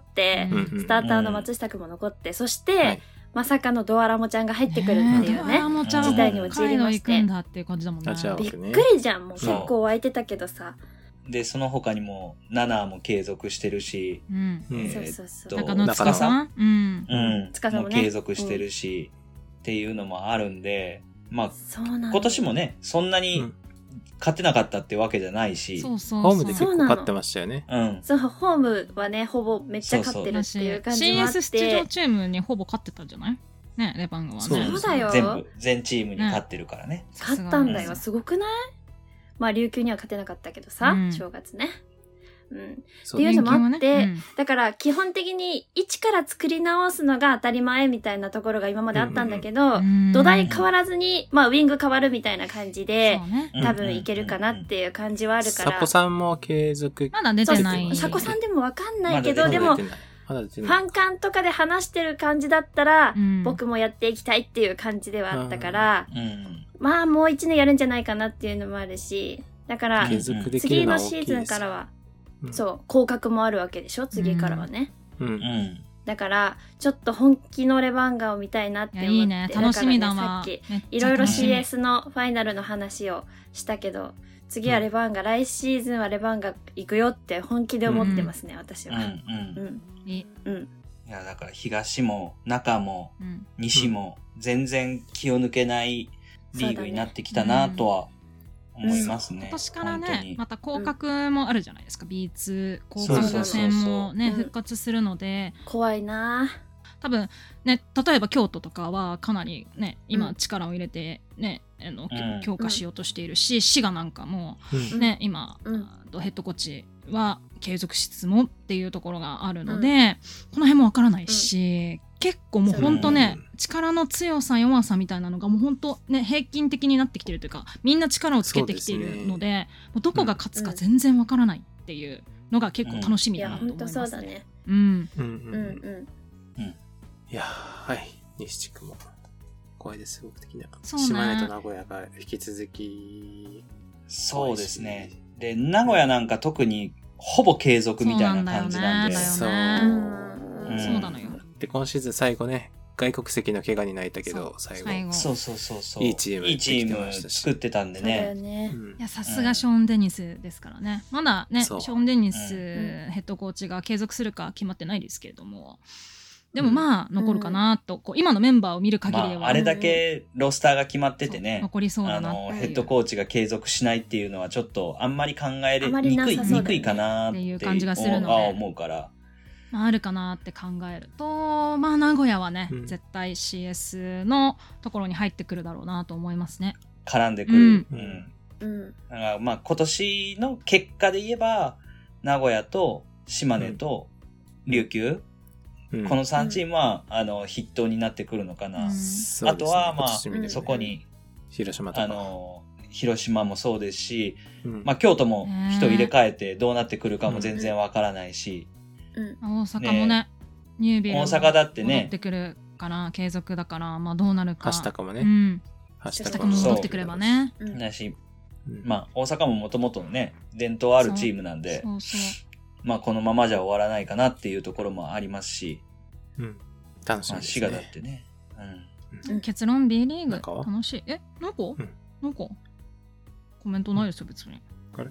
B: うん
A: うん
D: スターターの松下くんも残って、そして、
A: はい
D: まさかのドアラモちゃんが入ってくるっていうね。
B: ドアラモちゃん
D: 事態に陥りまして
B: 北海道行くんだっていう感じだもんね。
A: あじゃあ
D: びっくりじゃん。もう結構湧いてたけどさ。
C: で、その他にも、ナナも継続してるし、
B: うん。
A: うん
C: え
D: そう
C: ーっ
D: そうそう。
C: と
B: 中野司さんうん。
C: うん、
D: 司もね
C: もう継続してるし、っていうのもあるんで、まあ、
D: そうなんだ。
C: 今年もね、そんなに
A: うん
C: 勝てなかったってわけじゃないし、
B: そうそうそう。
A: ホームで結
D: そうなの
A: 構勝ってましたよね。
C: うん。
D: そう、ホームはね、ほぼめっちゃ勝ってるっていう感じもあって
B: シーエス 出場チームにほぼ勝ってたんじゃないね、レバンガはね。
A: そう
D: だよ
C: 全部、全チームに勝ってるからね。
D: 勝ったんだよ。
B: さすが
D: すごくない？まあ、琉球には勝てなかったけどさ、
B: うん
D: 正月ね。うん。
A: そ
D: っていうのもあって、
B: 琉球はね
D: だから基本的に一から作り直すのが当たり前みたいなところが今まであったんだけど、
B: うん
D: 土台変わらずに、まあ、ウィング変わるみたいな感じで
B: そうね。
C: うん
D: 多分いけるかなっていう感じはあるから。
A: サポさんも継続。
B: まだ出てない。
D: そうサコさんでもわかんないけど、
C: まだ出てない
D: でも、
A: まだ出て
D: フ
A: ない
D: ァンカンとかで話してる感じだったら、
B: うん
D: 僕もやっていきたいっていう感じではあったから、
C: うん。
D: まあもう一年やるんじゃないかなっていうのもあるし、だから
A: 継続でき
D: 次
A: るのは
D: のシー
A: 大きいです。
D: ズンからは、
A: うん
D: そう、降格もあるわけでしょ次からはね。
A: う。
C: うんん。
D: だから、ちょっと本気のレバンガを見たいなって
B: い
D: 思って。
B: や、いいね。楽しみだ
D: からね、
B: わ。
D: さっき、
B: めっちゃ
D: いろいろ
B: 楽しみ
D: シーエス のファイナルの話をしたけど、次はレバンガ、来シーズンはレバンガ行くよって本気で思ってますね、私
C: うん。う。
D: は。うんん。
B: いい。
D: うん。
C: いや、だから東も中も
B: うん。
C: 西も全然気を抜けないリーグになってきたなとは思いますね。
B: 今年から
C: 本当に、
B: ねまた降格もあるじゃないですか。ビーツー 降
C: そう
B: 格
C: そうそうそう
B: 戦もね、
D: うん
B: 復活するので、
D: 怖いな
B: 多分ね、例えば京都とかはかなりね、
D: うん
B: 今力を入れてね、あの、
C: うん
B: 強化しようとしているし、滋賀なんかも
A: うん
B: ね、今、
D: うん
B: あとヘッドコーチは継続しつつもっていうところがあるので、この辺もわからないし、結構もうほんとね、
A: うん
B: 力の強さ弱さみたいなのがもうほんとね、平均的になってきてるというか、みんな力をつけてきているので、もうどこが勝つか全然わからないっていうのが結構楽しみ
D: いや、
B: だなと思います、
D: ほんとそうだね。
B: うん。
A: うんうん
D: うんうん。
A: いやーはい。西地区も怖いです、僕的には。
B: そうね
A: 島根と名古屋が引き続き、
C: そうですね。で、名古屋なんか特にほぼ継続みたいな感じなんで。
B: そうなんだよね
D: うん
C: うん
B: そうなのよ。
A: で、今シーズン最後ね、外国籍の怪我に泣いたけど、
B: そう
A: 最後。
B: 最後
C: そうそうそうそう。
A: いいチーム
C: いいチー
A: できてましたし
C: ム作ってたんで
D: そうだよ
C: ね。
D: ね
A: う。ん
B: いや、さすがショーン・デニスですからね。まだね、シ
A: そう
B: ョーン・デニス
D: うん
B: ヘッドコーチが継続するか決まってないですけれども、でもまあ、残るかなと、こう今のメンバーを見る限りでは、
C: まあ、あれだけロスターが決まっててね、
B: 残りそうだ
C: あの、
B: なっていう
C: ヘッドコーチが継続しないっていうのはちょっとあんまり考えれ
D: あまり
C: にくい、
D: なさそうだよね
C: にくいかなって
B: っていう感じがするので
C: は思うから。
B: まあ、あるかなって考えると、まあ、名古屋はね、
A: うん
B: 絶対 シーエス のところに入ってくるだろうなと思いますね。
C: 絡んでくる。
B: う
C: うんん。
D: うん。
C: だからまあ今年の結果で言えば、名古屋と島根と琉球、
A: うん
C: このさんチームは、あの、筆頭になってくるのかな。
B: うん
A: そうですね
C: あとはまあ
A: 今年見てね
C: そこに、あ
A: 広島とか。
C: の、広島もそうですし、
A: うん
C: まあ京都も人入れ替えてどうなってくるかも全然わからないし、
D: うん。
B: 大阪もね、
C: ね
B: ニュービルも
C: 大阪だってね
B: 戻ってくるから継続だから、まあ、どうなるか。
A: 橋高もね
B: うん。
A: 橋
B: 橋
A: 高も
B: 高も戻ってくればね。
D: うん。
C: だし、
A: うん
C: まあ大阪ももともとのね、伝統あるチームなんで、
B: そうそう。
C: まあこのままじゃ終わらないかなっていうところもありますし、
A: うん楽しみ
C: まあ、
A: です
C: 滋賀だっ
A: ね。
C: てね。うん。
D: うん
B: 結論 B リーグ
A: なんかは
B: 楽しい。え、なんか、
A: うん
B: なんかコメントないですよ、別に。
A: あれ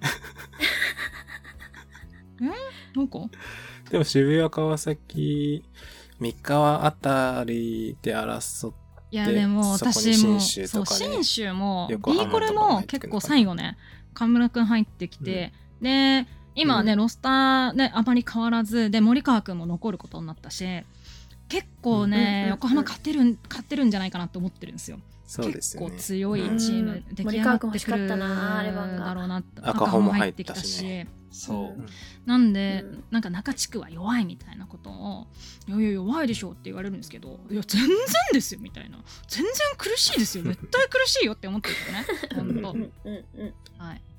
B: えなんか
A: でも渋谷川崎三河あたりで争っ
B: いや、
A: で
B: でも
A: そこに
B: 私も、そう、
A: 信州とかね
B: 信州も、
A: 横
B: B
A: 浜
B: コレ
A: とかも入
B: も結構
A: ってくるのかな
B: 最後ね、河村くん入ってきて、で、今はね、
D: うん
B: ロスターね、あまり変わらず、で、森川くんも残ることになったし、結構ね、
D: うんうんうん
B: 横浜勝てるん、勝ってるんじゃないかなと思ってるんですよ。
A: そうですよね。
B: 結構強いチーム、
D: うん
B: 出来上がってくる
D: 森川くん欲しかったなレバンガ
B: だろうなって。
A: 赤穂も入ったしね
C: そう。
D: うん
B: なんで、
D: うん
B: なんか中地区は弱いみたいなことを「いやいや弱いでしょ」って言われるんですけど「いや全然ですよ」みたいな「全然苦しいですよ絶対苦しいよ」って思ってるけどね
A: うん
B: 本
D: うんうんうん。
B: 当はい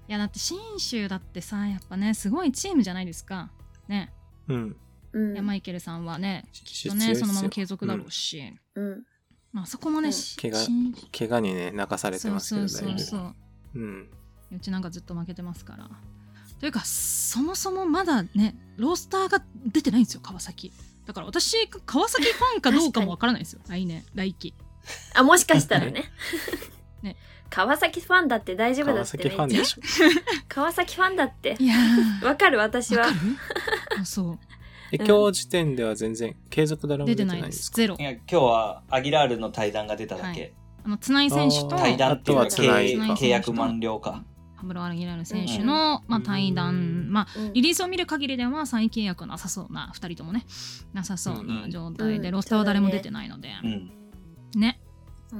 B: いやだって信州だってさやっぱねすごいチームじゃないですかね。
A: うん。
B: いやマイケルさんはねきっとねそのまま継続だろうし、
D: うん、
B: まあそこもね、うん、
A: 怪我怪我にね泣かされてますけど、
B: そうそうそうそう、うん、うちなんかずっと負けてますから。というかそもそもまだねロースターが出てないんですよ川崎だから。私川崎ファンかどうかもわからないですよ来年来季。
D: あもしかしたらねね川崎ファンだって大丈夫だってね。川崎ファンでしょ川崎ファンだっていやわかる私は。
B: あそう
A: え今日時点では全然継続誰も出てないんですか？
B: ゼロ。
C: いや今日はアギラールの対談が出ただけ、はい、
B: あのつない選手と
C: 対談っていうのは契約満了か
B: パブロ・アギラール選手の、うんまあ、対談、まあ、リリースを見る限りでは再契約なさそうなふたりともねなさそうな状態で、うん、ロスターは誰も出てないので、うん、ね、うん、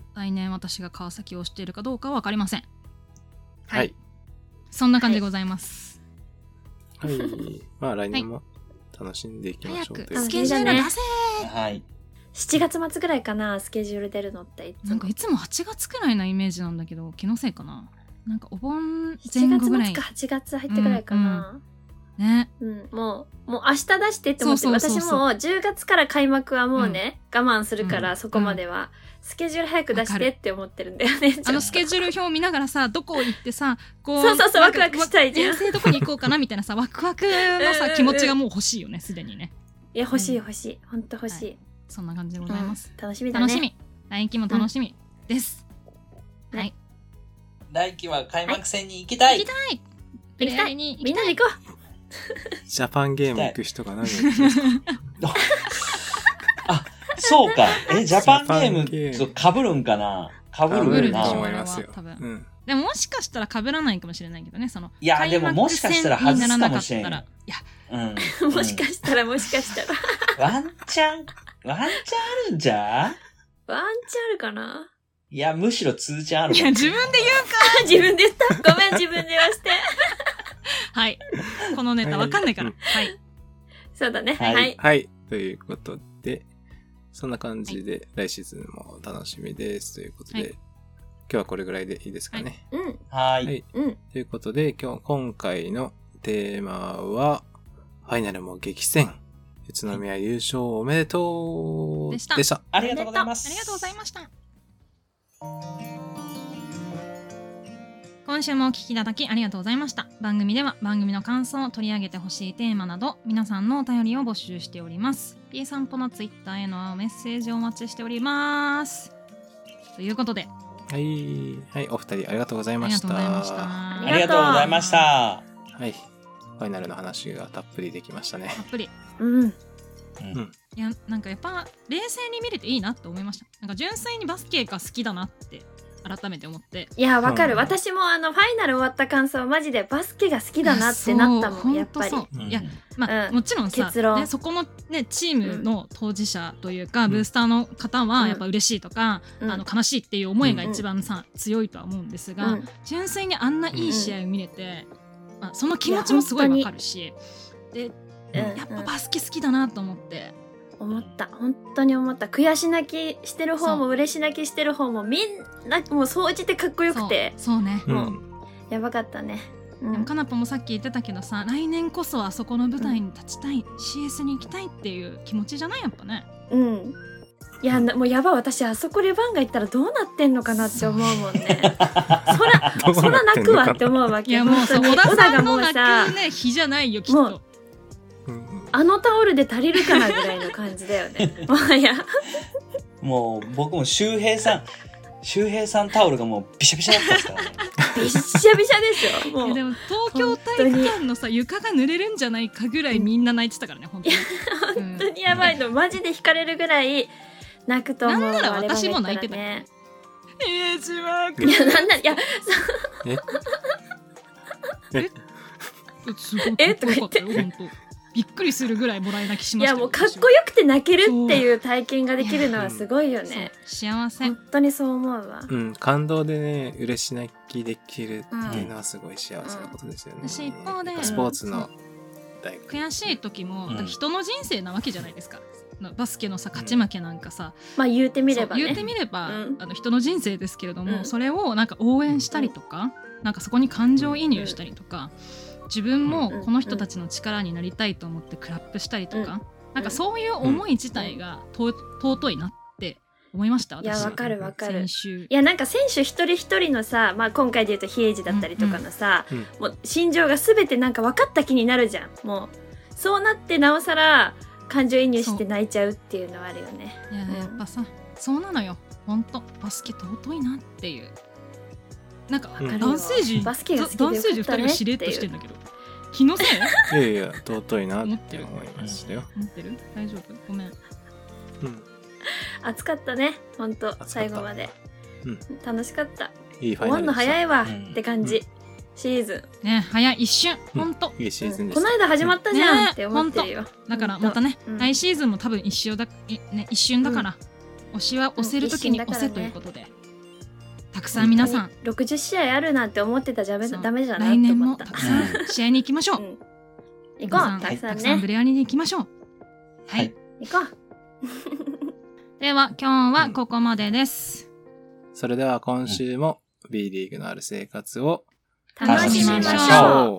B: 来年私が川崎を推しているかどうかは分かりません。
A: はい、はい、
B: そんな感じでございます
A: はい、はい、まあ来年も楽しんでいきましょう、はい、
B: 早くスケジュール出せ
C: ー、はい、
D: しちがつ末ぐらいかなスケジュール出るのっていつも
B: なんかいつもはちがつくらいなイメージなんだけど気のせいかな。なんかお盆前後ぐらい
D: しちがつ末かはちがつ入ってぐらいかな、
B: うんうん、ね、
D: うん、もうもう明日出してって思ってる。私もじゅうがつから開幕はもうね、うん、我慢するから、うん、そこまでは、うん、スケジュール早く出してって思ってるんだよね。
B: あのスケジュール表見ながらさどこ行ってさこう
D: そうそうそうワクワクしたいじゃん。
B: 遠征どこに行こうかなみたいなさワクワクのさ気持ちがもう欲しいよねすでにね。
D: いや欲しい欲しい、うん、ほんと欲しい、はい、
B: そんな感じでございます、
D: うん、楽しみだね。
B: 楽しみ来季も楽しみです、うん、はい
C: 来季は開幕戦に行きたい、はい、
B: 行きたい
D: 行きたいみんなで行こう
A: ジャパンゲーム行く人が何人いるんですか
C: あ、そうかえジャパンゲームと被るんかな被るな
B: と思いますよ多分、うん、でももしかしたら被らないかもしれないけどねその
C: いやでももしかしたら外すかもしれんいや、
D: うん、もしかしたらもしかした
C: らワンチャンワンチャンあるんじゃ
D: ワンチャンあるかな。
C: いやむしろツーチャンある。
B: いや自分で言うか
D: 自分で言ったごめん自分で言わして
B: はいこのネタわかんないから、はい、はい、
D: そうだね、
A: はい、
D: はい、
A: はい、ということでそんな感じで来シーズンも楽しみですということで、はい、今日はこれぐらいでいいですかね。
D: はい、うん、
C: はい、はい、
D: うん、
A: ということで今日今回のテーマはファイナルも激戦宇都宮優勝おめでとうでした。でした。
C: ありがとうございます。
B: ありがとうございました。今週もお聞きいただきありがとうございました。番組では番組の感想、取り上げてほしいテーマなど皆さんのお便りを募集しております。P 散歩のツイッターへのメッセージをお待ちしております。ということで、
A: はい、はい、お二人ありがとうございました。
B: ありがとうございました。
C: ありがとうございました。
A: はい、ファイナルの話がたっぷりできましたね。
B: たっぷり。
D: うん。
A: うん。
B: いやなんかやっぱ冷静に見れていいなって思いました。なんか純粋にバスケが好きだなって改めて思って。
D: いやわかる、うん、私もあのファイナル終わった感想マジでバスケが好きだなってなったもんやっぱり。
B: うん、いやまあ、うん、もちろんさ、ね、そこのねチームの当事者というか、うん、ブースターの方はやっぱ嬉しいとか、うん、あの悲しいっていう思いが一番さ、うん、強いとは思うんですが、うん、純粋にあんないい試合を見れて、まあ、その気持ちもすごいわかるしで、うん、やっぱバスケ好きだなと思って。
D: 思った本当に思った。悔し泣きしてる方も嬉し泣きしてる方もみんなもう総じてかっこよくて
B: そう、そうね
D: もう、うん、やばかったね、
B: うん、でもかなぽもさっき言ってたけどさ来年こそあそこの舞台に立ちたい、うん、シーエス に行きたいっていう気持ちじゃないやっぱね。
D: うんいやもうやば私あそこレバンが行ったらどうなってんのかなって思うもんねそらそら泣くわって思うわけ。
B: いやもうさ小田さんの泣くね日じゃないよきっと。
D: あのタオルで足りるかなぐらいの感じだよねもはや
C: もう僕も周平さん周平さんタオルがもうビシャビシャだったですからね
D: ビシャビシャですよもう。いや
B: でも東京体育館のさ床が濡れるんじゃないかぐらいみんな泣いてたからね本当に
D: 本当にやばいの、うん、マジで惹かれるぐらい泣くと思う。
B: なんなら私も泣いてたね。えー、じわ
D: くいやなんならいや
A: え
B: えすごいえとか言って本当びっくりするぐらいもらい泣きしました。
D: いやもうかっこよくて泣けるっていう体験ができるのはすごいよね。
B: 幸せ。
D: 本当にそう思うわ。
A: うん、感動でね嬉し泣きできるっていうのはすごい幸せなことですよね。
B: うん、私一方で
A: スポーツの大
B: 悔しい時も、うん、人の人生なわけじゃないですか。 バスケのさ勝ち負けなんかさ、
D: まあ言うてみればね
B: 言うてみれば、
D: うん、
B: あの人の人生ですけれども、
D: うん、
B: それをなんか応援したりとか、うん、なんかそこに感情移入したりとか、うん、自分もこの人たちの力になりたいと思ってクラップしたりとか、うん、なんかそういう思い自体がと、うん、尊いなって思いました。私
D: いやわかるわかる。
B: 先週
D: いやなんか選手一人一人のさ、まあ、今回で言うと比江路だったりとかのさ、うんうん、もう心情が全てなんか分かった気になるじゃん。もうそうなってなおさら感情移入して泣いちゃうっていうのはあるよね。
B: いや、うん、やっぱさそうなのよ。ほんとバスケ尊いなっていう。なんか男性陣、
D: バスケが好きでよかったねっていう。
B: 男性陣ふたりがしれっとしてんだけど気のせい？
A: いやいや尊いなって思いましたよ。
B: 思ってる？大丈夫？ごめん。うん。
D: 暑かったねほんと最後まで、うん、楽しかった。
A: いいファイナルでした。
D: 終わんの早いわ、うん、って感じ、うん、シーズン
B: ね早い一瞬ほんと、
A: うん、いいシーズンでした。
D: この間始まったじゃん、ね、って思ってるよ。
B: だからまたね、うん、来シーズンも多分一瞬だ、ね、一瞬だから、うん、推しは押せるときに押せということで、うんね、たくさん皆さん、
D: ろくじゅっしあいあるなんて思ってたらダメじゃない
B: 来年もたくさん試合に行きましょう、うん、
D: 行こうたくさんね、
B: たくさんブレアニに行きましょう。はい、はい、
D: 行こう
B: では今日はここまでです、
A: うん、それでは今週も B リーグのある生活を
D: 楽しみましょう。